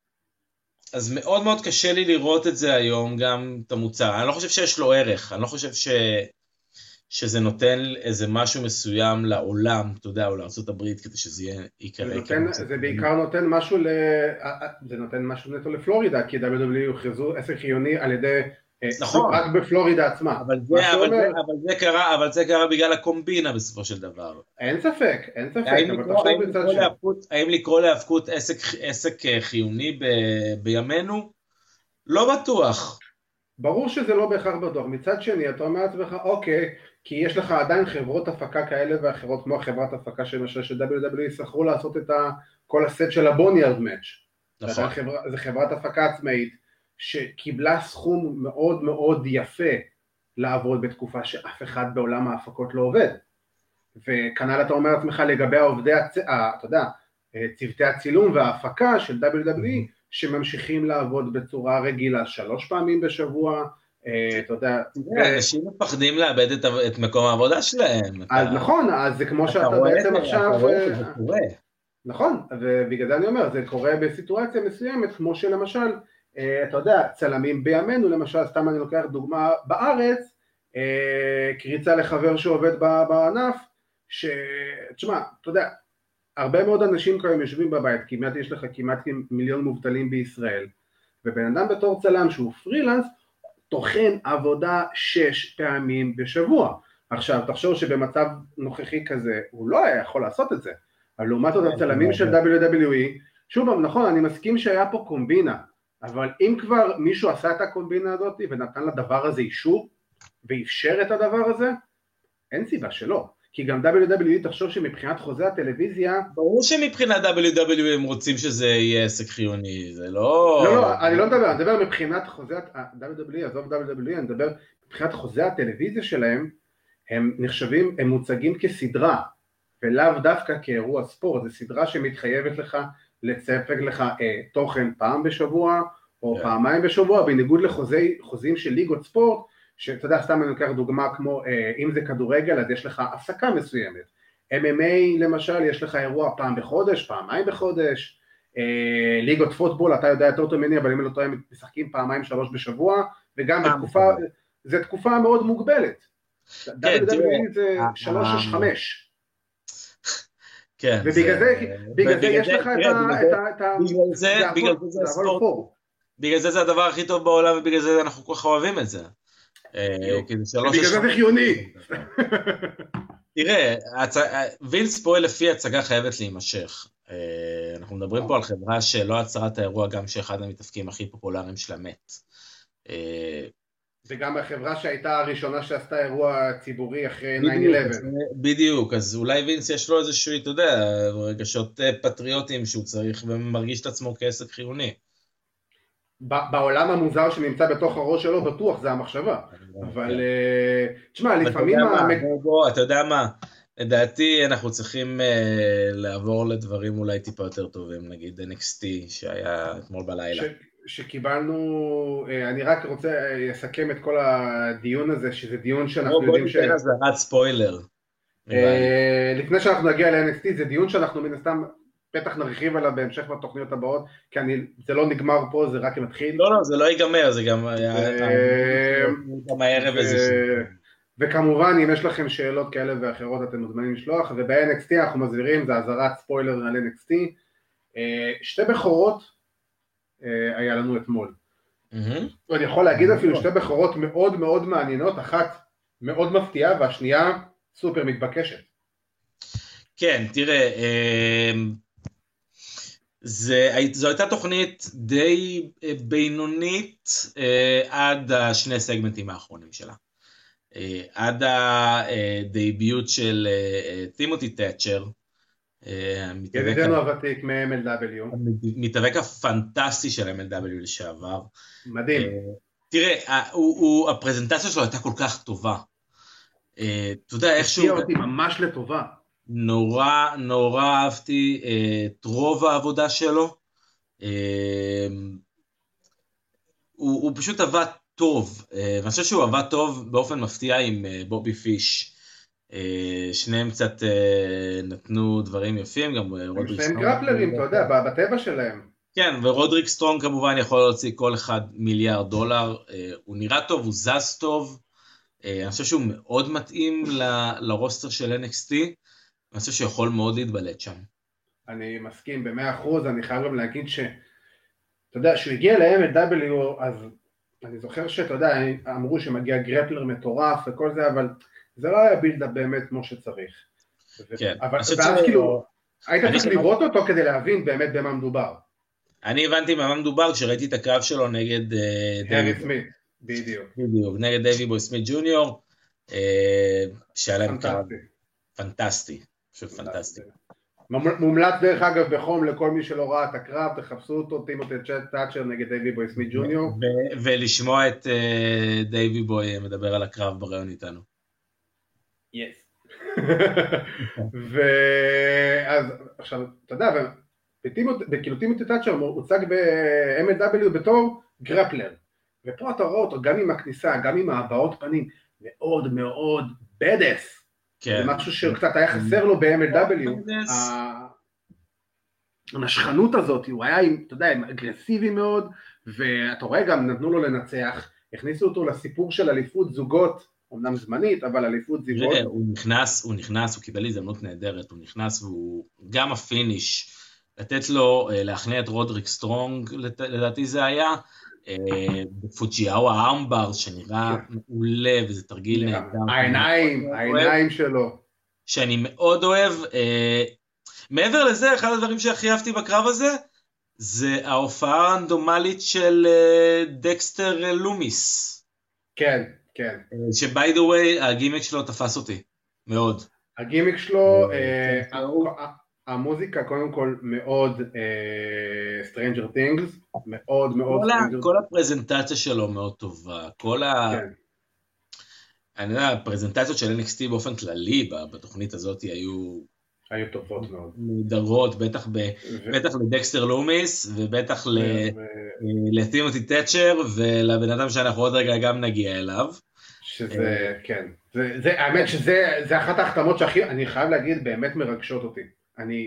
אז מאוד מאוד קשה לי לראות את זה היום, גם את המוצר. אני לא חושב שיש לו ערך, אני לא חושב ש... שזה נותן איזה משהו מסוים לעולם, אתה יודע, או לארצות הברית, כדי שזה יהיה יקרה. זה, נותן, זה בעיקר נותן משהו, ל... זה נותן משהו נטו לפלורידה, כי דאבליו דאבליו הכריזו עסק חיוני על ידי, נכון. רק בפלורידה עצמה. אבל זה, אבל, אומר... זה, אבל, זה קרה, אבל זה קרה בגלל הקומבינה בסופו של דבר. אין ספק, אין ספק. האם, לקרוא, האם, לקרוא, להפקות, האם לקרוא להפקות עסק, עסק חיוני ב, בימינו? לא בטוח. ברור שזה לא בהכרח בטוח. מצד שני, אתה אומר לעצמך, אוקיי, כי יש לך עדיין חברות הפקה כאלה ואחרות, כמו חברת הפקה שמשל ש-דאבליו דאבליו אי שכרו לעשות את ה, כל הסט של הבוניארד מאץ'. נכון. חברה, זה חברת הפקה עצמאית, שקיבלה סכום מאוד מאוד יפה לעבוד בתקופה שאף אחד בעולם ההפקות לא עובד. וכנ"ל אתה אומר לעצמך לגבי העובדי, הצ... אתה יודע, צוותי הצילום וההפקה של דאבליו דאבליו אי, שממשיכים לעבוד בצורה רגילה שלוש פעמים בשבוע, אתה יודע... אנשים מפחדים לאבד את מקום העבודה שלהם. אז נכון, אז זה כמו שאתה בעצם עכשיו... נכון, ובגלל זה אני אומר, זה קורה בסיטואציה מסוימת, כמו שלמשל, אתה יודע, צלמים בימינו, למשל, סתם אני לוקח דוגמה בארץ, קריצה לחבר שעובד בענף, שתשמע, אתה יודע, הרבה מאוד אנשים כיום יושבים בבית, כמעט יש לך כמעט מיליון מובטלים בישראל, ובן אדם בתור צלם שהוא פרילנס, תוכן עבודה שש פעמים בשבוע. עכשיו, תחשוב שבמצב נוכחי כזה, הוא לא היה יכול לעשות את זה, אבל לעומת עוד הצלמים של דאבליו דאבליו אי, שוב, נכון, אני מסכים שהיה פה קומבינה, אבל אם כבר מישהו עשה את הקומבינה הזאת, ונתן לדבר הזה אישור, ואפשר את הדבר הזה, אין סיבה שלא. כי גם דאבליו דאבליו אי תחשוב שמבחינת חוזה הטלוויזיה... ברור שמבחינת דאבליו דאבליו אי הם רוצים שזה יהיה עסק חיוני, זה לא... לא, לא, אני לא מדבר, אני מדבר מבחינת חוזה... דאבליו דאבליו אי, עזוב דאבליו דאבליו אי, אני מדבר מבחינת חוזה הטלוויזיה שלהם, הם נחשבים, הם מוצגים כסדרה, ולאו דווקא כאירוע ספורט, זו סדרה שמתחייבת לך לצפק לך אה, תוכן פעם בשבוע, או yeah. פעמיים בשבוע, בניגוד לחוזים של ליגות ספורט, שאתה יודע, סתם אני לוקח דוגמה כמו, אה, אם זה כדורגל, אז יש לך הפסקה מסוימת. אם אם איי למשל, יש לך אירוע פעם בחודש, פעמיים בחודש, ליגות פוטבול, אתה יודע יותר טוב ממני, אבל אם לא טועה, הם משחקים פעמיים שלוש בשבוע, וגם בתקופה, זו תקופה מאוד מוגבלת. דאבליו דאבליו אי זה שלוש שש חמש. כן. ובגלל זה יש לך את ה... בגלל זה הספורט. בגלל זה זה הדבר הכי טוב בעולם, ובגלל זה אנחנו כל כך אוהבים את זה. בגלל זה זה חיוני. תראה, וינס פועל לפי הצגה חייבת להימשך. אנחנו מדברים פה על חברה שלא עצרה את האירוע, גם שאחד המתאפקים הכי פופולריים שלה מת. וגם החברה שהייתה הראשונה שעשתה אירוע ציבורי אחרי תשע אחת עשרה. בדיוק, אז אולי וינס יש לו איזשהו, אתה יודע, רגשות פטריוטיים שהוא צריך, ומרגיש את עצמו כעסק חיוני. בעולם המוזר שנמצא בתוך הראש שלו, בטוח זה המחשבה. אבל, תשמע, לפעמים... אתה יודע מה, לדעתי אנחנו צריכים לעבור לדברים אולי טיפה יותר טובים, נגיד אן אקס טי שהיה אתמול בלילה. שקיבלנו, אני רק רוצה לסכם את כל הדיון הזה, שזה דיון שאנחנו יודעים ש... בוא ניתן זה עד ספוילר. לפני שאנחנו נגיע ל-אן אקס טי, זה דיון שאנחנו מן הסתם... בטח נרחיב עליו בהמשך בתוכניות הבאות, כי אני, זה לא נגמר פה, זה רק מתחיל. לא, לא, זה לא ייגמר, זה גם גם הערב איזשהו. וכמובן, אם יש לכם שאלות כאלה ואחרות, אתם מוזמנים לשלוח, וב-אן אקס טי אנחנו מזהירים, זה אזהרת ספוילר על אן אקס טי. שתי בכורות היה לנו אתמול. אני יכול להגיד אפילו שתי בכורות מאוד מאוד מעניינות, אחת מאוד מפתיעה, והשנייה סופר מתבקשת. כן, תראה, זה, זו הייתה תוכנית די בינונית עד השני סגמנטים האחרונים שלה. עד הדייביוט של טימותי תאצ'ר, ידידנו הוותיק מ-אם אל דאבליו. המתאבק הפנטסטי של אם אל דאבליו לשעבר. מדהים. תראה, הוא, הוא, הפרזנטציה שלו הייתה כל כך טובה. אתה יודע, איכשהו... הציע אותי ממש לטובה. נורא, נורא אהבתי את רוב העבודה שלו. הוא, הוא פשוט עבד טוב. אני חושב שהוא עבד טוב באופן מפתיע עם בובי פיש. שניהם קצת נתנו דברים יפים, גם רודריק סטרונג. הם גרפלרים, אתה יודע, בטבע שלהם. כן, ורודריק סטרונג כמובן יכול להוציא כל אחד מיליארד דולר. הוא נראה טוב, הוא זז טוב. אני חושב שהוא מאוד מתאים לרוסטר של אן אקס טי. אני חושב שיכול מאוד להתבלט שם. אני מסכים ב-מאה אחוז, אני חייב גם להגיד ש... אתה יודע, שהוא הגיע ל-אם אל דאבליו, אז אני זוכר שאתה יודע, אמרו שמגיע גרפלר מטורף וכל זה, אבל זה לא היה בילדה באמת כמו שצריך. כן. אבל ואז כאילו, היית צריך לראות אותו כדי להבין באמת במה מדובר. אני הבנתי במה מדובר כשראיתי את הקרב שלו נגד... הארי סמית, בדיוק. בדיוק, נגד דייווי בוי סמית ג'וניור, שהיה להם קרב פנטסטי. פשוט פנטסטי. מומלץ דרך אגב בחום לכל מי שלא ראה את הקרב, תחפשו אותו, טימותי תאצ'ר נגד דייווי בוי סמית ג'וניור. ולשמוע את דייווי בוי מדבר על הקרב בראיון איתנו. יס. ואז עכשיו, אתה יודע, וכאילו טימותי תאצ'ר הוצג ב-אם אל דאבליו בתור גרפלר. ופה אתה רואה אותו גם עם הכניסה, גם עם הבעות פנים, מאוד מאוד בדס. זה משהו שקצת היה חסר לו ב-אם אל דאבליו, הנשכנות הזאת, הוא היה, אתה יודע, אגרסיבי מאוד, ואתה רואה גם, נתנו לו לנצח, הכניסו אותו לסיפור של אליפות זוגות, אמנם זמנית, אבל אליפות זוגות. הוא נכנס, הוא נכנס, הוא קיבל הזדמנות נהדרת, הוא נכנס והוא גם הפיניש, לתת לו להכניע את רודריק סטרונג, לדעתי זה היה, בפוג'יאו הארמבר שנראה מעולה וזה תרגיל נהדר. העיניים, העיניים שלו. שאני מאוד אוהב. מעבר לזה, אחד הדברים שהכי אהבתי בקרב הזה, זה ההופעה הרנדומלית של דקסטר לומיס. כן, כן. שביי דה ווי, הגימיק שלו תפס אותי, מאוד. הגימיק שלו, המוזיקה קודם כל מאוד Stranger Things, מאוד מאוד Stranger Things. כל הפרזנטציה שלו מאוד טובה, כל ה... אני יודע, הפרזנטציות של אן אקס טי באופן כללי בתוכנית הזאת היו... היו טובות מאוד. מודרות, בטח לדקסטר לומיס, ובטח לטימותי תאצ'ר, ולבן אדם שאנחנו עוד רגע גם נגיע אליו. שזה, כן. האמת שזה אחת ההחתמות שהכי, אני חייב להגיד, באמת מרגשות אותי. אני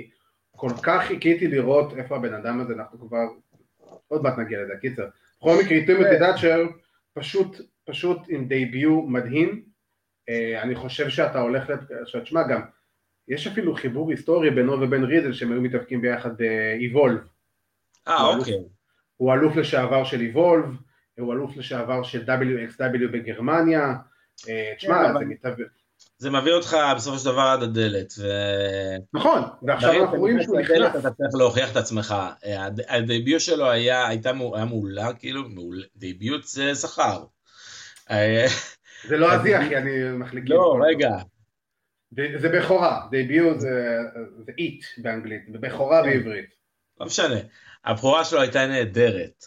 כל כך חיכיתי לראות איפה הבן אדם הזה, אנחנו כבר, עוד מעט נגיע לזה, קיצר. בכל מקרה, איתם את דאצ'ר, פשוט, פשוט עם דייביו מדהים, אני חושב שאתה הולך, שתשמע גם, יש אפילו חיבור היסטורי בינו ובין רידל, שהם היו מתאבקים ביחד באיבולב. אה, אוקיי. הוא אלוף לשעבר של איבולב, הוא אלוף לשעבר של דאבליו אקס דאבליו בגרמניה, תשמע, זה מתאבק. זה מביא אותך בסופו של דבר עד הדלת. נכון, ועכשיו אנחנו רואים שהוא נכנס. אתה צריך להוכיח את עצמך. הדייביוט שלו היה מעולה, כאילו, דייביוט זה שכר. זה לא עזי, אחי, אני מחליק. לא, רגע. זה בכורה, דייביוט זה איט באנגלית, ובכורה בעברית. לא משנה. הבכורה שלו הייתה נהדרת.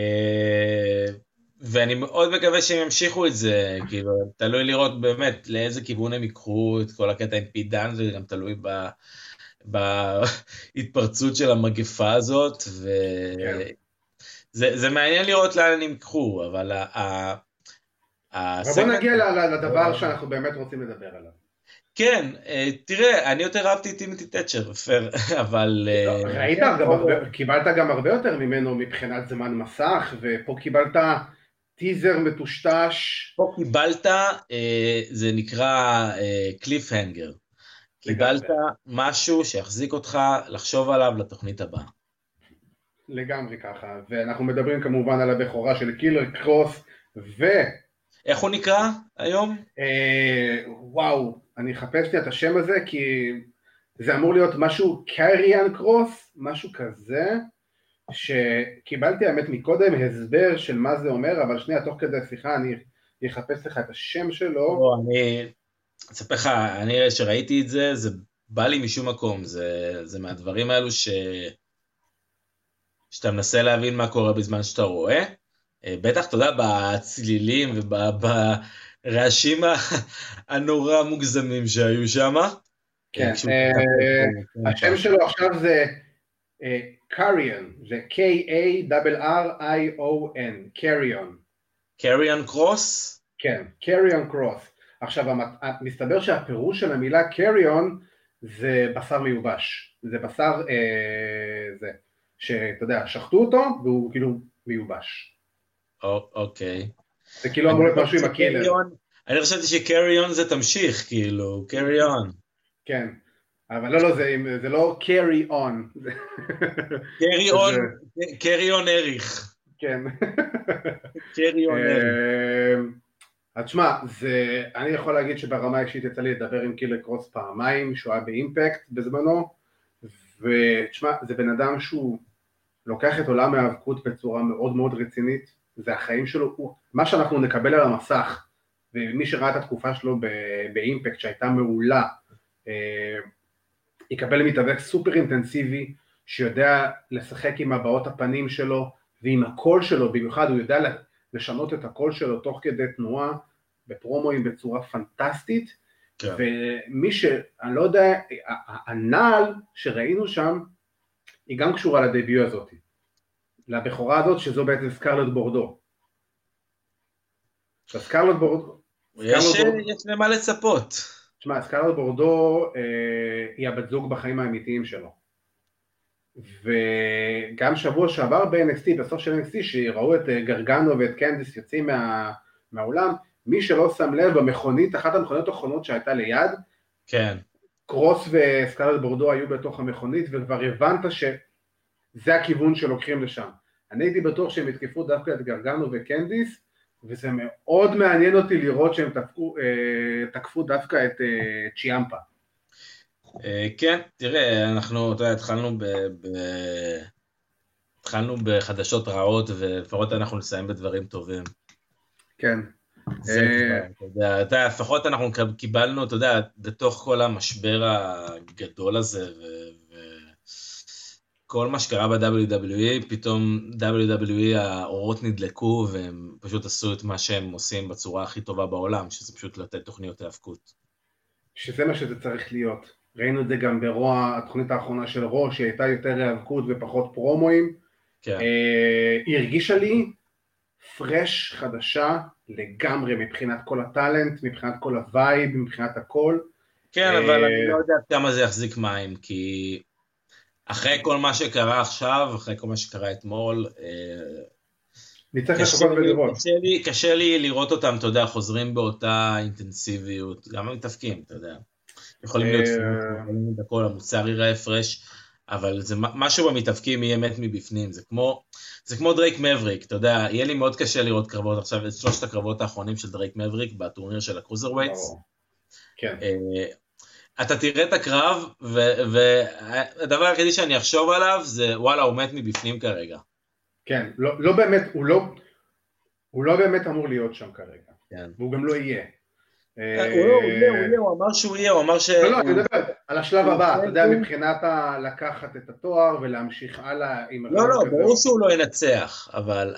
ואני מאוד מקווה שהם ימשיכו את זה, כאילו, תלוי לראות באמת לאיזה כיוון הם יקחו את כל הקטע עם פידן, זה גם תלוי בהתפרצות של המגפה הזאת, וזה מעניין לראות לאן הם יקחו, אבל ה... בוא נגיע לדבר שאנחנו באמת רוצים לדבר עליו. כן, תראה, אני יותר אהבתי את טימותי תאצ'ר, אבל... ראית, קיבלת גם הרבה יותר ממנו מבחינת זמן מסך, ופה קיבלת טיזר מטושטש. פה קיבלת, זה נקרא קליפהנגר. קיבלת משהו שיחזיק אותך לחשוב עליו לתוכנית הבאה. לגמרי ככה, ואנחנו מדברים כמובן על הבכורה של קילר קרוס, ו... איך הוא נקרא היום? וואו, אני אחפש לי את השם הזה, כי זה אמור להיות משהו קריאן קרוס, משהו כזה, שקיבלתי האמת מקודם הסבר של מה זה אומר, אבל שנייה, תוך כדי שיחה אני אחפש לך את השם שלו. לא, אני אספר לך, אני שראיתי את זה, זה בא לי משום מקום, זה, זה מהדברים האלו ש... שאתה מנסה להבין מה קורה בזמן שאתה רואה, בטח, אתה יודע, בצלילים וברעשים הנורא מוגזמים שהיו שם. כן, השם שלו עכשיו זה קריון, זה K-A-R-R-I-O-N, קריון. קריון קרוס? כן, קריון קרוס. עכשיו, מסתבר שהפירוש של המילה קריון זה בשר מיובש. זה בשר, זה, שאתה יודע, שחטו אותו והוא כאילו מיובש. אוקיי. זה כאילו אמור להיות משהו עם הקילר. אני חשבתי שקריון זה תמשיך, כאילו, קריון. כן, אבל לא, לא, זה לא carry on. carry on עריך. כן. carry on עריך. אז תשמע, אני יכול להגיד שברמה האישית יצא לי לדבר עם קילר קרוס פעמיים, שהוא היה באימפקט בזמנו, ותשמע, זה בן אדם שהוא לוקח את עולם ההאבקות בצורה מאוד מאוד רצינית, זה החיים שלו, מה שאנחנו נקבל על המסך, ומי שראה את התקופה שלו באימפקט שהייתה מעולה, יקבל מתאבק סופר אינטנסיבי, שיודע לשחק עם הבעות הפנים שלו, ועם הקול שלו, במיוחד הוא יודע לשנות את הקול שלו תוך כדי תנועה, בפרומואים בצורה פנטסטית, כן. ומי ש... אני לא יודע, הנעל שראינו שם, היא גם קשורה לדביוט הזאת, לבכורה הזאת, שזו בעצם סקרלט בורדו. סקרלט בורדו... יש למה לצפות. תשמע, סקרלט בורדו אה, היא הבת זוג בחיים האמיתיים שלו. וגם שבוע שעבר ב-אן אקס טי, בסוף של אן אקס טי, שראו את גרגנו ואת קנדיס יוצאים מה, מהעולם, מי שלא שם לב במכונית, אחת המכוניות האחרונות שהייתה ליד, כן. קרוס וסקרלט בורדו היו בתוך המכונית, וכבר הבנת שזה הכיוון שלוקחים לשם. אני הייתי בטוח שהם התקפו דווקא את גרגנו וקנדיס, וזה מאוד מעניין אותי לראות שהם תקפו, תקפו דווקא את צ'יאמפה. כן, תראה, אנחנו, אתה יודע, התחלנו ב... התחלנו בחדשות רעות, ולפחות אנחנו נסיים בדברים טובים. כן. זה כבר, אתה יודע, אתה יודע, לפחות אנחנו קיבלנו, אתה יודע, בתוך כל המשבר הגדול הזה, ו... כל מה שקרה ב-דאבליו דאבליו אי, פתאום דאבליו דאבליו אי האורות נדלקו, והם פשוט עשו את מה שהם עושים בצורה הכי טובה בעולם, שזה פשוט לתת תוכניות האבקות. שזה מה שזה צריך להיות. ראינו את זה גם ברוע, התוכנית האחרונה של רו, שהייתה יותר האבקות ופחות פרומואים. כן. אה, היא הרגישה לי פרש חדשה לגמרי, מבחינת כל הטלנט, מבחינת כל הווייב, מבחינת הכל. כן, אבל אני לא יודע כמה זה יחזיק מים, כי... אחרי כל מה שקרה עכשיו, אחרי כל מה שקרה אתמול, נצטרך לחכות ולראות. קשה לי, קשה לי לראות אותם, אתה יודע, חוזרים באותה אינטנסיביות, גם המתאפקים, אתה יודע. יכולים להיות יכולים את הכל, המוצר יראה הפרש, אבל זה משהו במתאפקים יהיה מת מבפנים, זה כמו, זה כמו דרייק מבריק, אתה יודע, יהיה לי מאוד קשה לראות קרבות עכשיו, את שלושת הקרבות האחרונים של דרייק מבריק, בטורניר של הקרוזר ווייטס. כן. אתה תראה את הקרב, והדבר היחידי שאני אחשוב עליו, זה וואלה, הוא מת מבפנים כרגע. כן, לא, לא באמת, הוא לא, הוא לא באמת אמור להיות שם כרגע, כן. והוא גם לא יהיה. הוא לא, הוא יהיה, הוא יהיה, הוא אמר שהוא יהיה, הוא אמר ש... לא, לא, אני מדבר על השלב הבא, אתה יודע, מבחינת לקחת את התואר ולהמשיך הלאה עם... לא, לא, ברור שהוא לא ינצח, אבל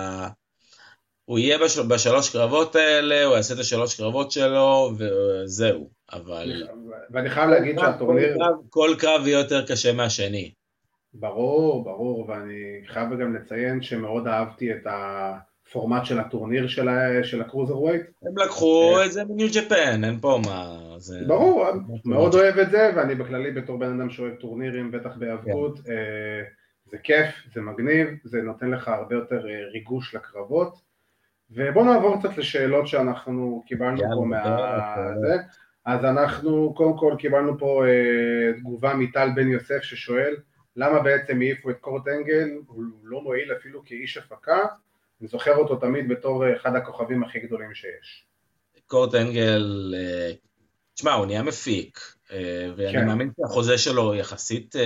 הוא יהיה בשלוש קרבות האלה, הוא יעשה את השלוש קרבות שלו, וזהו, אבל... ואני חייב להגיד שהטורניר... כל קרב יהיה יותר קשה מהשני. ברור, ברור, ואני חייב גם לציין שמאוד אהבתי את הפורמט של הטורניר של הקרוזר ווייט. הם לקחו את זה מניו ג'פן, אין פה מה... ברור, מאוד אוהב את זה, ואני בכללי בתור בן אדם שאוהב טורנירים, בטח בהיאבקות, זה כיף, זה מגניב, זה נותן לך הרבה יותר ריגוש לקרבות, ובואו נעבור קצת לשאלות שאנחנו קיבלנו פה מה... אז אנחנו קודם כל קיבלנו פה תגובה מטל בן יוסף ששואל, למה בעצם העיפו את קורט אנגל, הוא לא מועיל אפילו כאיש הפקה, אני זוכר אותו תמיד בתור אחד הכוכבים הכי גדולים שיש. קורט אנגל, תשמע, הוא נהיה מפיק, ואני מאמין שהחוזה שלו יחסית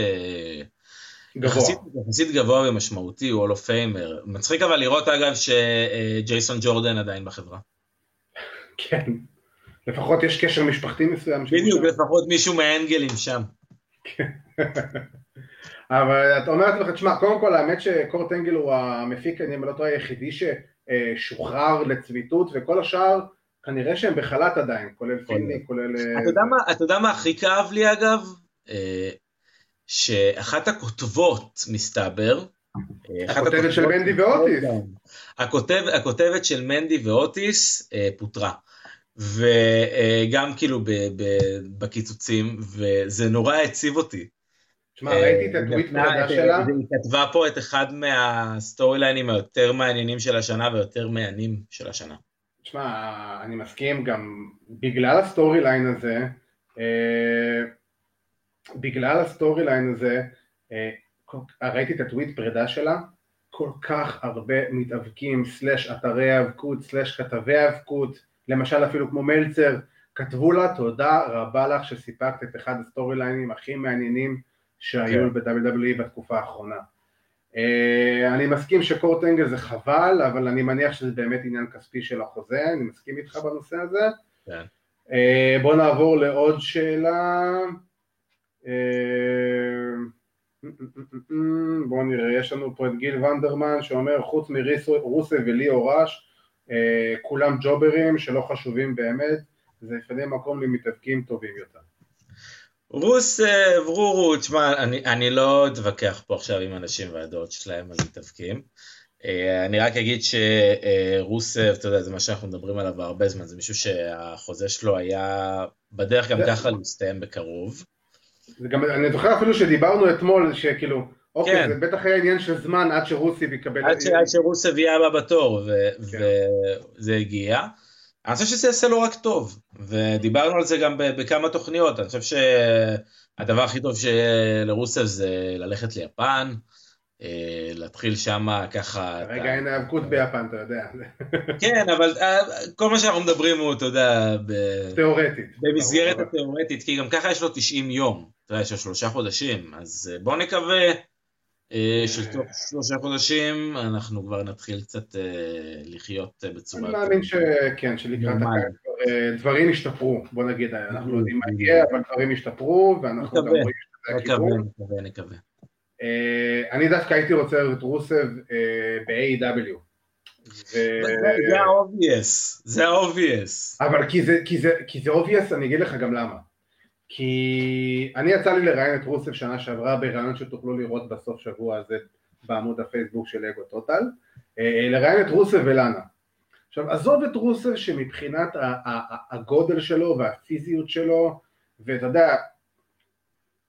גבוה, יחסית גבוה ומשמעותי, הוא הולו פיימר. מצחיק אבל לראות אגב שג'ייסון ג'ורדן עדיין בחברה. כן, לפחות יש קשר משפחתי מסוים. בדיוק, לפחות מישהו מהאנגלים שם. כן. אבל אתה אומרת לך, תשמע, קודם כל האמת שקורט אנגל הוא המפיק, אני לא טועה, היחידי ששוחרר לצביתות, וכל השאר כנראה שהם בחל"ת עדיין, כולל פיני, כולל... אתה יודע מה הכי כאב לי אגב? שאחת הכותבות מסתבר, הכותבת של מנדי ואוטיס. הכותבת של מנדי ואוטיס פוטרה. וגם כאילו בקיצוצים, וזה נורא הציב אותי. תשמע, ראיתי את הטוויט פרידה שלה. היא כתבה פה את אחד מהסטורי ליינים היותר מעניינים של השנה, ויותר מעניינים של השנה. תשמע, אני מסכים גם, בגלל הסטורי ליין הזה, בגלל הסטורי ליין הזה, ראיתי את הטוויט פרידה שלה, כל כך הרבה מתאבקים, סלש אתרי האבקות, סלש כתבי האבקות, למשל אפילו כמו מלצר, כתבו לה תודה רבה לך שסיפקת את אחד הסטורי ליינים הכי מעניינים שהיו ב-דאבליו דאבליו אי בתקופה האחרונה. אני מסכים שקורט אנגל זה חבל, אבל אני מניח שזה באמת עניין כספי של החוזה, אני מסכים איתך בנושא הזה. בוא נעבור לעוד שאלה. בוא נראה, יש לנו פה את גיל ונדרמן שאומר, חוץ מרוסה וליאו ראש, כולם ג'וברים שלא חשובים באמת, זה יפנה מקום למתאבקים טובים יותר. רוסב, רורו, תשמע, אני, אני לא אתווכח פה עכשיו עם אנשים והדעות שלהם על מתאבקים, אני רק אגיד שרוסב, אתה יודע, זה מה שאנחנו מדברים עליו הרבה זמן, זה מישהו שהחוזה שלו היה בדרך גם ככה להסתיים בקרוב. זה גם, אני זוכר אפילו שדיברנו אתמול, שכאילו, אוקיי, כן. זה בטח היה עניין של זמן עד שרוסב יקבל... עד, ש... עד שרוסב יהיה הבא בתור, ו... כן. וזה הגיע. אני חושב שזה יעשה לו רק טוב, ודיברנו על זה גם בכמה תוכניות, אני חושב שהדבר הכי טוב לרוסב זה ללכת ליפן, להתחיל שם ככה... רגע, אין האבקות ביפן, אתה יודע. כן, אבל כל מה שאנחנו מדברים הוא, אתה יודע, תיאורטית. במסגרת התיאורטית, כי גם ככה יש לו תשעים יום, אתה יודע, יש לו שלושה חודשים, אז בואו נקווה שתוך שלושה חודשים אנחנו כבר נתחיל קצת לחיות בצורה... אני מאמין שכן, שלקראת דברים ישתפרו, בוא נגיד, אנחנו לא יודעים מה יהיה, אבל דברים ישתפרו, ואנחנו גם רואים שזה הכיוון. נקווה, נקווה. אני דווקא הייתי רוצה את רוסב ב-איי דאבליו. זה ה-obvious, זה ה-obvious. אבל כי זה obvious, אני אגיד לך גם למה. כי אני יצא לי לראיין את רוסב שנה שעברה ברעיון שתוכלו לראות בסוף שבוע הזה בעמוד הפייסבוק של אגו טוטל, לראיין את רוסב ולנה. עכשיו, עזוב את רוסב שמבחינת הגודל שלו והפיזיות שלו, ואתה יודע,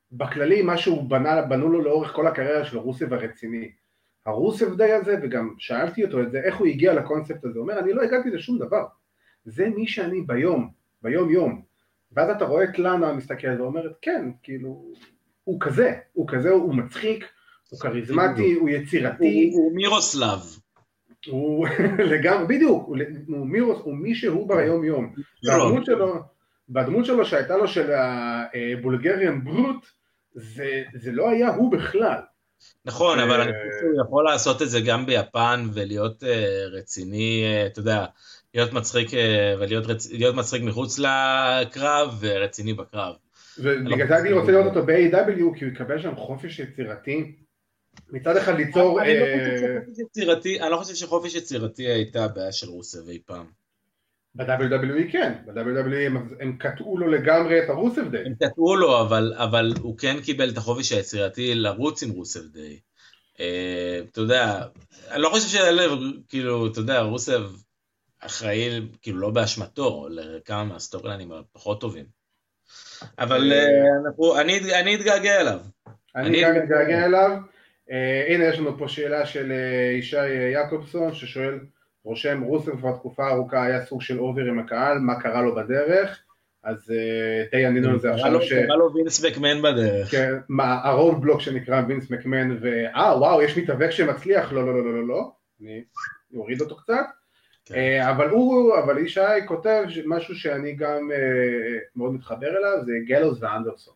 בכללי מה שהוא בנה, בנו לו לאורך כל הקריירה של רוסב הרציני. הרוסב די הזה, וגם שאלתי אותו את זה, איך הוא הגיע לקונספט הזה, הוא אומר, אני לא הגעתי לשום דבר, זה מי שאני ביום, ביום יום, ואז אתה רואה את לנה מסתכל ואומרת, כן, כאילו, הוא כזה, הוא כזה, הוא מצחיק, הוא כריזמטי, הוא יצירתי. הוא מירוסלב. הוא לגמרי, בדיוק, הוא מירוס, הוא מי שהוא ביום יום. והדמות שלו, בדמות שלו שהייתה לו של הבולגריאן ברוט, זה לא היה הוא בכלל. נכון, אבל אני חושב שהוא יכול לעשות את זה גם ביפן ולהיות רציני, אתה יודע, להיות מצחיק ולהיות מצחיק מחוץ לקרב ורציני בקרב. ובגלל זה אני רוצה לראות אותו ב-איי דאבליו, כי הוא יקבל שם חופש יצירתי, מצד אחד ליצור... אני לא חושב שחופש יצירתי הייתה הבעיה של רוסב אי פעם. ב-דאבליו דאבליו אי כן, ב-דאבליו דאבליו אי הם קטעו לו לגמרי את הרוסב דיי. הם קטעו לו, אבל הוא כן קיבל את החופש היצירתי לרוץ עם רוסב דיי. אתה יודע, אני לא חושב שהלב, כאילו, אתה יודע, רוסב אחראי, כאילו, לא באשמתו, לכמה מהסטורילנים הפחות טובים. אבל אני אתגעגע אליו. אני גם אתגעגע אליו. הנה יש לנו פה שאלה של ישי יעקובסון ששואל, רושם רוסב כבר תקופה ארוכה היה סוג של אובר עם הקהל, מה קרה לו בדרך? אז די ענינו לזה עכשיו ש... קרה לו וינס מקמן בדרך. כן, הרוד בלוק שנקרא וינס מקמן, ואה וואו יש מתאבק שמצליח, לא לא לא לא לא, אני אוריד אותו קצת. אבל הוא, אבל ישי כותב משהו שאני גם מאוד מתחבר אליו, זה גלוס ואנדרסון.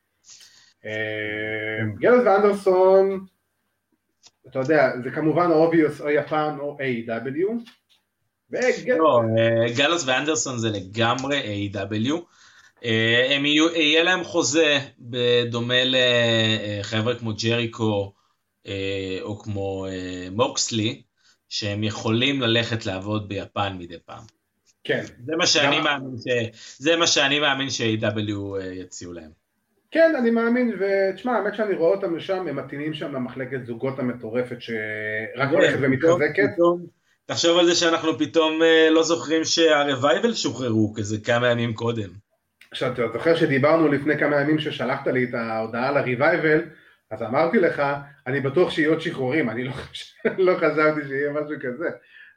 גלוס ואנדרסון, אתה יודע, זה כמובן אוביוס או יפן או איי דאבליו. לא, גלוס ואנדרסון זה לגמרי איי דאבליו. הם יהיה להם חוזה בדומה לחבר'ה כמו ג'ריקו או כמו מוקסלי, שהם יכולים ללכת לעבוד ביפן מדי פעם. כן. זה מה שאני מאמין ש... זה מה שאני מאמין ש-איי דאבליו יציעו להם. כן, אני מאמין, ותשמע, האמת שאני רואה אותם לשם, הם מתאינים שם למחלקת זוגות המטורפת שרק הולכת ומתחזקת. תחשוב על זה שאנחנו פתאום לא זוכרים שהרווייבל שוחררו כזה כמה ימים קודם. עכשיו, אתה זוכר שדיברנו לפני כמה ימים ששלחת לי את ההודעה לרווייבל, אז אמרתי לך, אני בטוח שיהיו עוד שחרורים, אני לא, לא חשבתי שיהיה משהו כזה.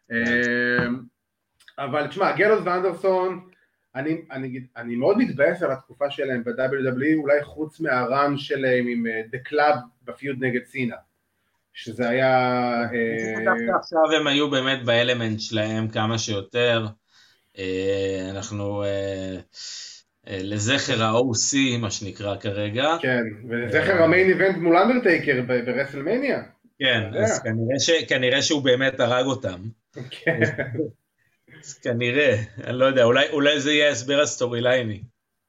אבל תשמע, גלוס ואנדרסון, אני, אני, אני מאוד מתבאס על התקופה שלהם ב-דאבליו דאבליו אי, אולי חוץ מהרן שלהם עם The Club בפיוד נגד סינה, שזה היה... דווקא עכשיו הם היו באמת באלמנט שלהם כמה שיותר, אנחנו... לזכר ה-או סי, מה שנקרא כרגע. כן, ולזכר המיין איבנט מול אנדרטייקר ברסלמניה. כן, אז כנראה שהוא באמת הרג אותם. כן. אז כנראה, אני לא יודע, אולי זה יהיה הסבר הסטורי לייני.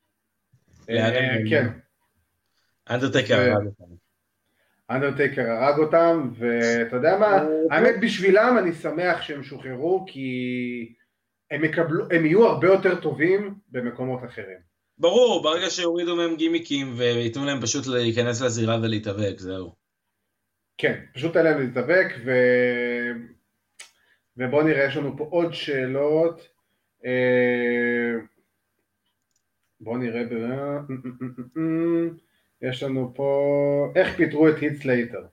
כן. אנדרטייקר הרג אותם. אנדרטייקר הרג אותם, ואתה יודע מה, האמת בשבילם אני שמח שהם שוחררו, כי... הם יקבלו, הם יהיו הרבה יותר טובים במקומות אחרים. ברור, ברגע שהורידו מהם גימיקים וייתנו להם פשוט להיכנס לזירה ולהתאבק, זהו. כן, פשוט עליהם להתאבק, ו... ובואו נראה, יש לנו פה עוד שאלות. בואו נראה, יש לנו פה, איך פיתרו את היט סלייטר?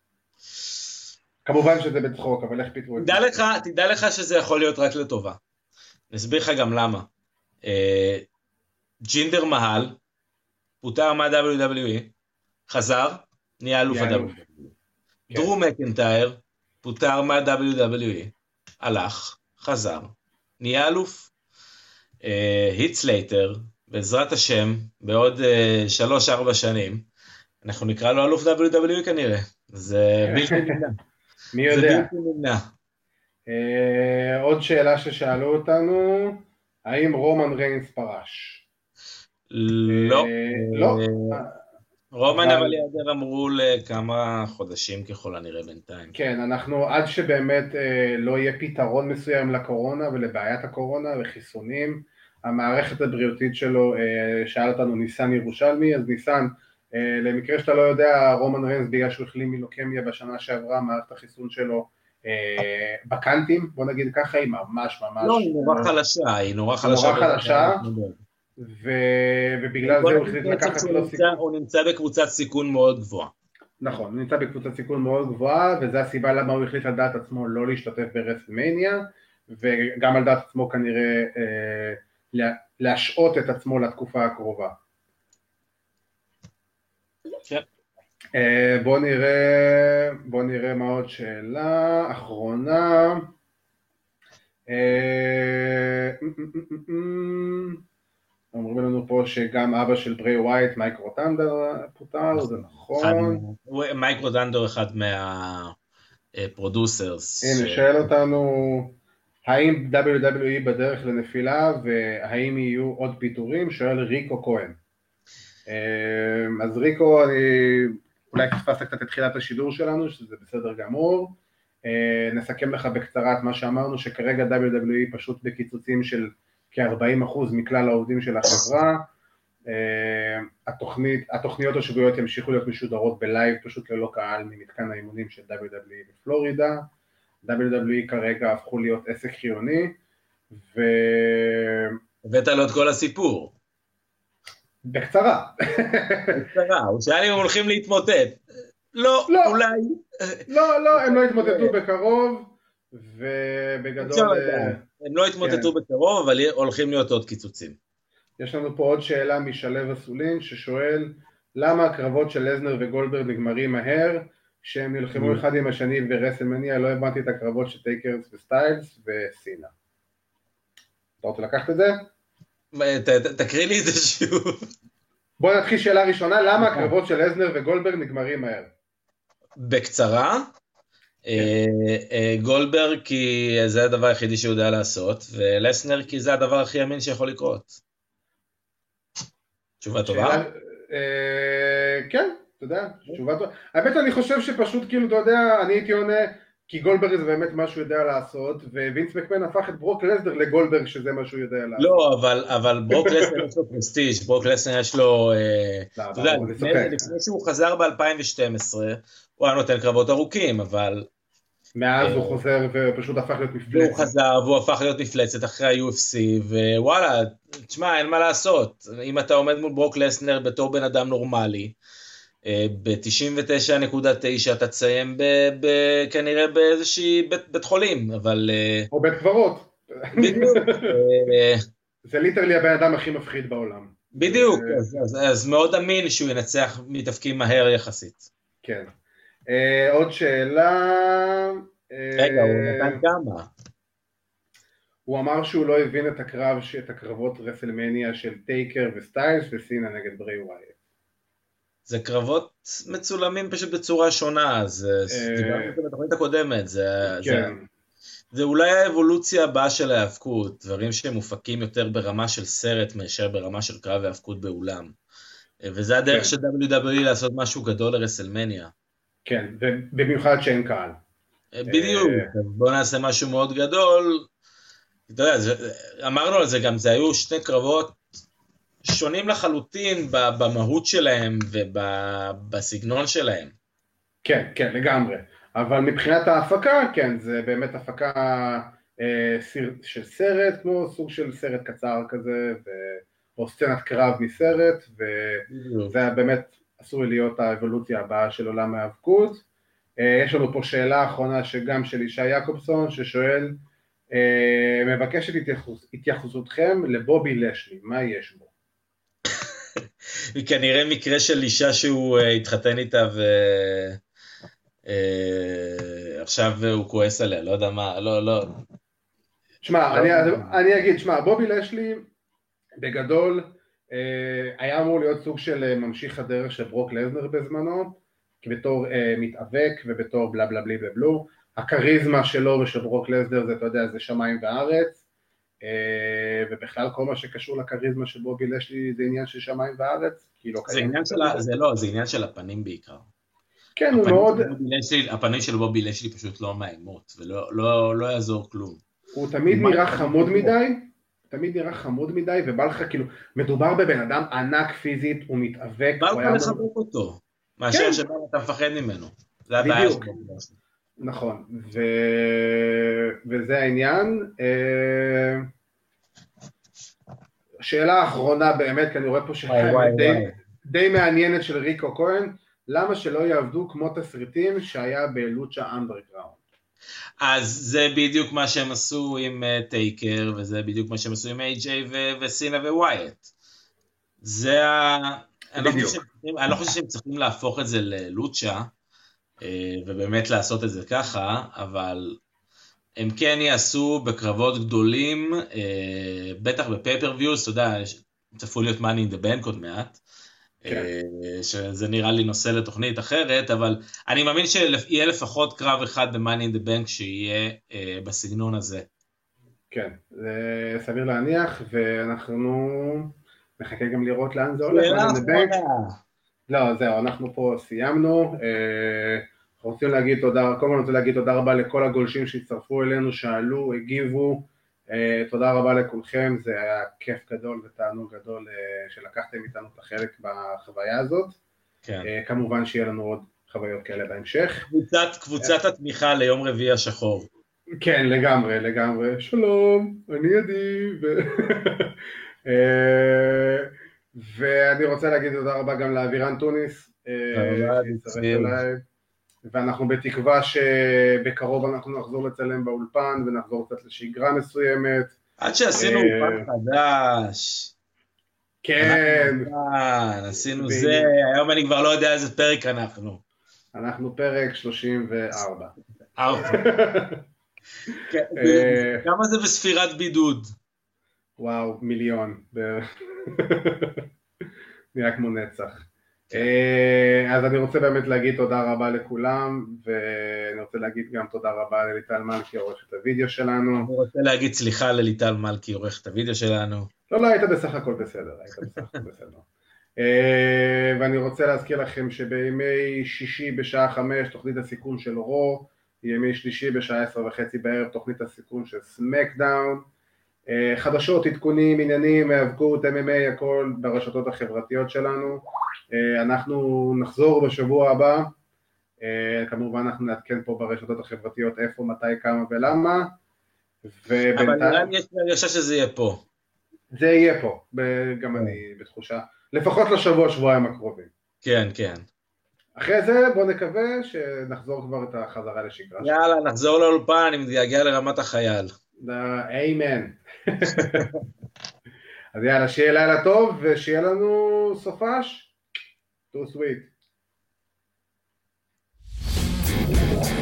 כמובן שזה בצחוק, אבל איך פיתרו את זה? תדע לך שזה יכול להיות רק לטובה. נסביר לך גם למה. ג'ינדר מהל, פוטר מה-דאבליו דאבליו אי, חזר, נהיה אלוף ה-דאבליו דאבליו אי. דרו מקנטייר, פוטר מה-דאבליו דאבליו אי, הלך, חזר, נהיה אלוף. היט סלייטר, בעזרת השם, בעוד שלוש ארבע שנים, אנחנו נקרא לו אלוף דאבליו דאבליו אי כנראה. זה בלתי נמנע. מי יודע? זה בלתי נמנע. Uh, עוד שאלה ששאלו אותנו, האם רומן ריינס פרש? לא. Uh, לא. רומן אבל יעדר אמרו לכמה חודשים ככל הנראה בינתיים. כן, אנחנו עד שבאמת uh, לא יהיה פתרון מסוים לקורונה ולבעיית הקורונה וחיסונים, המערכת הבריאותית שלו uh, שאל אותנו ניסן ירושלמי, אז ניסן, uh, למקרה שאתה לא יודע, רומן ריינס בגלל שהוא החלים מלוקמיה בשנה שעברה, מערכת החיסון שלו, בקנטים, בוא נגיד ככה, היא ממש ממש... לא, היא נורא חלשה, היא נורא חלשה. נורא חלשה, ו... ובגלל זה הוא החליט לקחת לו סיכון. הוא נמצא בקבוצת סיכון מאוד גבוהה. נכון, הוא נמצא בקבוצת סיכון מאוד גבוהה, וזו הסיבה למה הוא החליט על דעת עצמו לא להשתתף ברסלמניה, וגם על דעת עצמו כנראה אה, להשעות את עצמו לתקופה הקרובה. כן. אה, בוא נראה, בוא נראה מה עוד שאלה, אחרונה. אה, אומרים לנו פה שגם אבא של ברי ווייט, מייק רוטנדר פוטר, זה נכון. מייק רוטנדר אחד מהפרודוסרס. הנה, שואל אותנו, האם דאבליו דאבליו אי בדרך לנפילה, והאם יהיו עוד פיטורים? שואל ריקו כהן. אז ריקו, אני אולי תפסת קצת את תחילת השידור שלנו, שזה בסדר גמור. נסכם לך בקצרה את מה שאמרנו, שכרגע דאבליו דאבליו אי פשוט בקיצוצים של כ-ארבעים אחוז מכלל העובדים של החברה. התוכנית, התוכניות השבועיות ימשיכו להיות משודרות בלייב, פשוט ללא קהל ממתקן האימונים של דאבליו דאבליו אי בפלורידה. דאבליו דאבליו אי כרגע הפכו להיות עסק חיוני, ו... הבאת לו את כל הסיפור. בקצרה. בקצרה, הוא שאל אם הם הולכים להתמוטט. לא, לא, אולי. לא, לא, הם לא התמוטטו בקרוב, ובגדול... הם לא התמוטטו בקרוב, אבל הולכים להיות עוד קיצוצים. יש לנו פה עוד שאלה משלב אסולין, ששואל, למה הקרבות של לזנר וגולדברג נגמרים מהר, שהם נלחמו אחד עם השני ברסלמניה? לא הבנתי את הקרבות של טייקרס וסטיילס וסינה. אתה רוצה לקחת את זה? תקריא לי את זה שוב. בוא נתחיל שאלה ראשונה, למה הקרבות של לזנר וגולדברג נגמרים מהר? בקצרה, גולדברג כי זה הדבר היחידי שהוא יודע לעשות, ולסנר כי זה הדבר הכי אמין שיכול לקרות. תשובה טובה? כן, אתה יודע, תשובה טובה. האמת אני חושב שפשוט כאילו, אתה יודע, אני הייתי עונה, כי גולדברג זה באמת מה שהוא יודע לעשות, ווינס מקמן הפך את ברוק לסנר לגולדברג שזה מה שהוא יודע לעשות. לא, אבל, אבל ברוק לסנר יש לו פרסטיג', ברוק לסנר יש לו, אתה יודע, לפני שהוא חזר ב-אלפיים ושתים עשרה, הוא היה נותן קרבות ארוכים, אבל... מאז הוא חוזר ופשוט הפך להיות מפלצת. הוא חזר והוא הפך להיות מפלצת אחרי ה-יו אף סי, ווואלה, תשמע, אין מה לעשות. אם אתה עומד מול ברוק לסנר בתור בן אדם נורמלי, ב-תשעים ותשע נקודה תשע אתה תסיים כנראה באיזושהי בית חולים, אבל... או בית קברות. בדיוק. זה ליטרלי הבן אדם הכי מפחיד בעולם. בדיוק, אז מאוד אמין שהוא ינצח מתאפקים מהר יחסית. כן. עוד שאלה... רגע, הוא נתן כמה. הוא אמר שהוא לא הבין את הקרב, את הקרבות רסלמניה של טייקר וסטיילס וסינה נגד ברי ווייט. זה קרבות מצולמים פשוט בצורה שונה, אז דיברנו את זה בתוכנית הקודמת, זה אולי האבולוציה הבאה של ההאבקות, דברים שהם מופקים יותר ברמה של סרט מאשר ברמה של קרב ההאבקות באולם, וזה הדרך של דאבליו דאבליו אי לעשות משהו גדול לרסלמניה. כן, ובמיוחד שאין קהל. בדיוק, בוא נעשה משהו מאוד גדול, אתה יודע, אמרנו על זה גם, זה היו שני קרבות, שונים לחלוטין במהות שלהם ובסגנון שלהם. כן, כן, לגמרי. אבל מבחינת ההפקה, כן, זה באמת הפקה אה, סיר, של סרט, כמו סוג של סרט קצר כזה, ו... או סצנת קרב מסרט, וזה היה באמת עשוי להיות האבולוציה הבאה של עולם ההאבקות. אה, יש לנו פה שאלה האחרונה שגם של ישי יעקובסון, ששואל, אה, מבקש את התייחס, התייחסותכם לבובי לשלי, מה יש בו? היא כנראה מקרה של אישה שהוא התחתן איתה ועכשיו הוא כועס עליה, לא יודע מה, לא, לא. תשמע, אני, אני אגיד, תשמע, בובי לשלי בגדול היה אמור להיות סוג של ממשיך הדרך של ברוק לזנר בזמנו, בתור מתאבק ובתור בלה בלה בלי ובלו, הקריזמה שלו ושל ברוק לזנר זה, אתה יודע, זה שמיים וארץ, ובכלל כל מה שקשור לקריזמה של בובי לשלי זה עניין של שמיים וארץ, כי לא קיים. זה לא, זה עניין של הפנים בעיקר. כן, הוא מאוד... הפנים של בובי לשלי פשוט לא מאיימות, ולא יעזור כלום. הוא תמיד נראה חמוד מדי, תמיד נראה חמוד מדי, ובא לך כאילו, מדובר בבן אדם ענק פיזית, הוא מתאבק. בא לך לחבק אותו, מאשר שבא אתה מפחד ממנו. זה הבעיה של בובי לשלי. נכון, ו... וזה העניין. שאלה האחרונה באמת, כי אני רואה פה שאלה די, די מעניינת של ריקו כהן, למה שלא יעבדו כמו תסריטים שהיה בלוצ'ה אנדרגראונד? אז זה בדיוק מה שהם עשו עם טייקר, וזה בדיוק מה שהם עשו עם איי ג'יי וסינה ווייט. זה ה... אני לא, חושב, אני לא חושב שהם צריכים להפוך את זה ללוצ'ה, ובאמת לעשות את זה ככה, אבל הם כן יעשו בקרבות גדולים, בטח בפייפריוויוז, אתה יודע, צפו להיות money in the bank עוד מעט, שזה נראה לי נושא לתוכנית אחרת, אבל אני מאמין שיהיה לפחות קרב אחד ב-money in the bank שיהיה בסגנון הזה. כן, זה סביר להניח, ואנחנו נחכה גם לראות לאן זה הולך. לא, זהו, אנחנו פה סיימנו. אנחנו רוצים להגיד תודה, קודם כל אני רוצה להגיד תודה רבה לכל הגולשים שהצטרפו אלינו, שאלו, הגיבו. תודה רבה לכולכם, זה היה כיף גדול ותענוג גדול שלקחתם איתנו את החלק בחוויה הזאת. כמובן שיהיה לנו עוד חוויות כאלה בהמשך. קבוצת התמיכה ליום רביעי השחור. כן, לגמרי, לגמרי. שלום, אני עדי. ואני רוצה להגיד תודה רבה גם לאבירן טוניס, שהצטרף אליי, ואנחנו בתקווה שבקרוב אנחנו נחזור לצלם באולפן, ונחזור קצת לשגרה מסוימת. עד שעשינו אולפן חדש. כן. עשינו זה, היום אני כבר לא יודע איזה פרק אנחנו. אנחנו פרק שלושים וארבע. ארבע. כמה זה בספירת בידוד? וואו, מיליון. נראה כמו נצח. אז אני רוצה באמת להגיד תודה רבה לכולם, ואני רוצה להגיד גם תודה רבה לליטל מלכי, עורכת את הוידאו שלנו. אני רוצה להגיד סליחה לליטל מלכי, עורכת את הוידאו שלנו. לא, לא, היית בסך הכל בסדר, היית בסך הכל בסדר. ואני רוצה להזכיר לכם שבימי שישי בשעה חמש תוכנית הסיכון של רו, ימי שלישי בשעה עשר וחצי בערב תוכנית הסיכון של סמקדאון, חדשות, עדכונים, עניינים, האבקות, אם אם איי, הכל ברשתות החברתיות שלנו. אנחנו נחזור בשבוע הבא, כמובן אנחנו נעדכן פה ברשתות החברתיות איפה, מתי, כמה ולמה. אבל נראה לי יש הרגשה שזה יהיה פה. זה יהיה פה, גם אני בתחושה, לפחות לשבוע, שבועיים הקרובים. כן, כן. אחרי זה בוא נקווה שנחזור כבר את החזרה לשגרה. יאללה, נחזור לאולפן, אני מתגעגע לרמת החייל. איימן. אז יאללה, שיהיה לילה טוב, ושיהיה לנו סופש. Too sweet.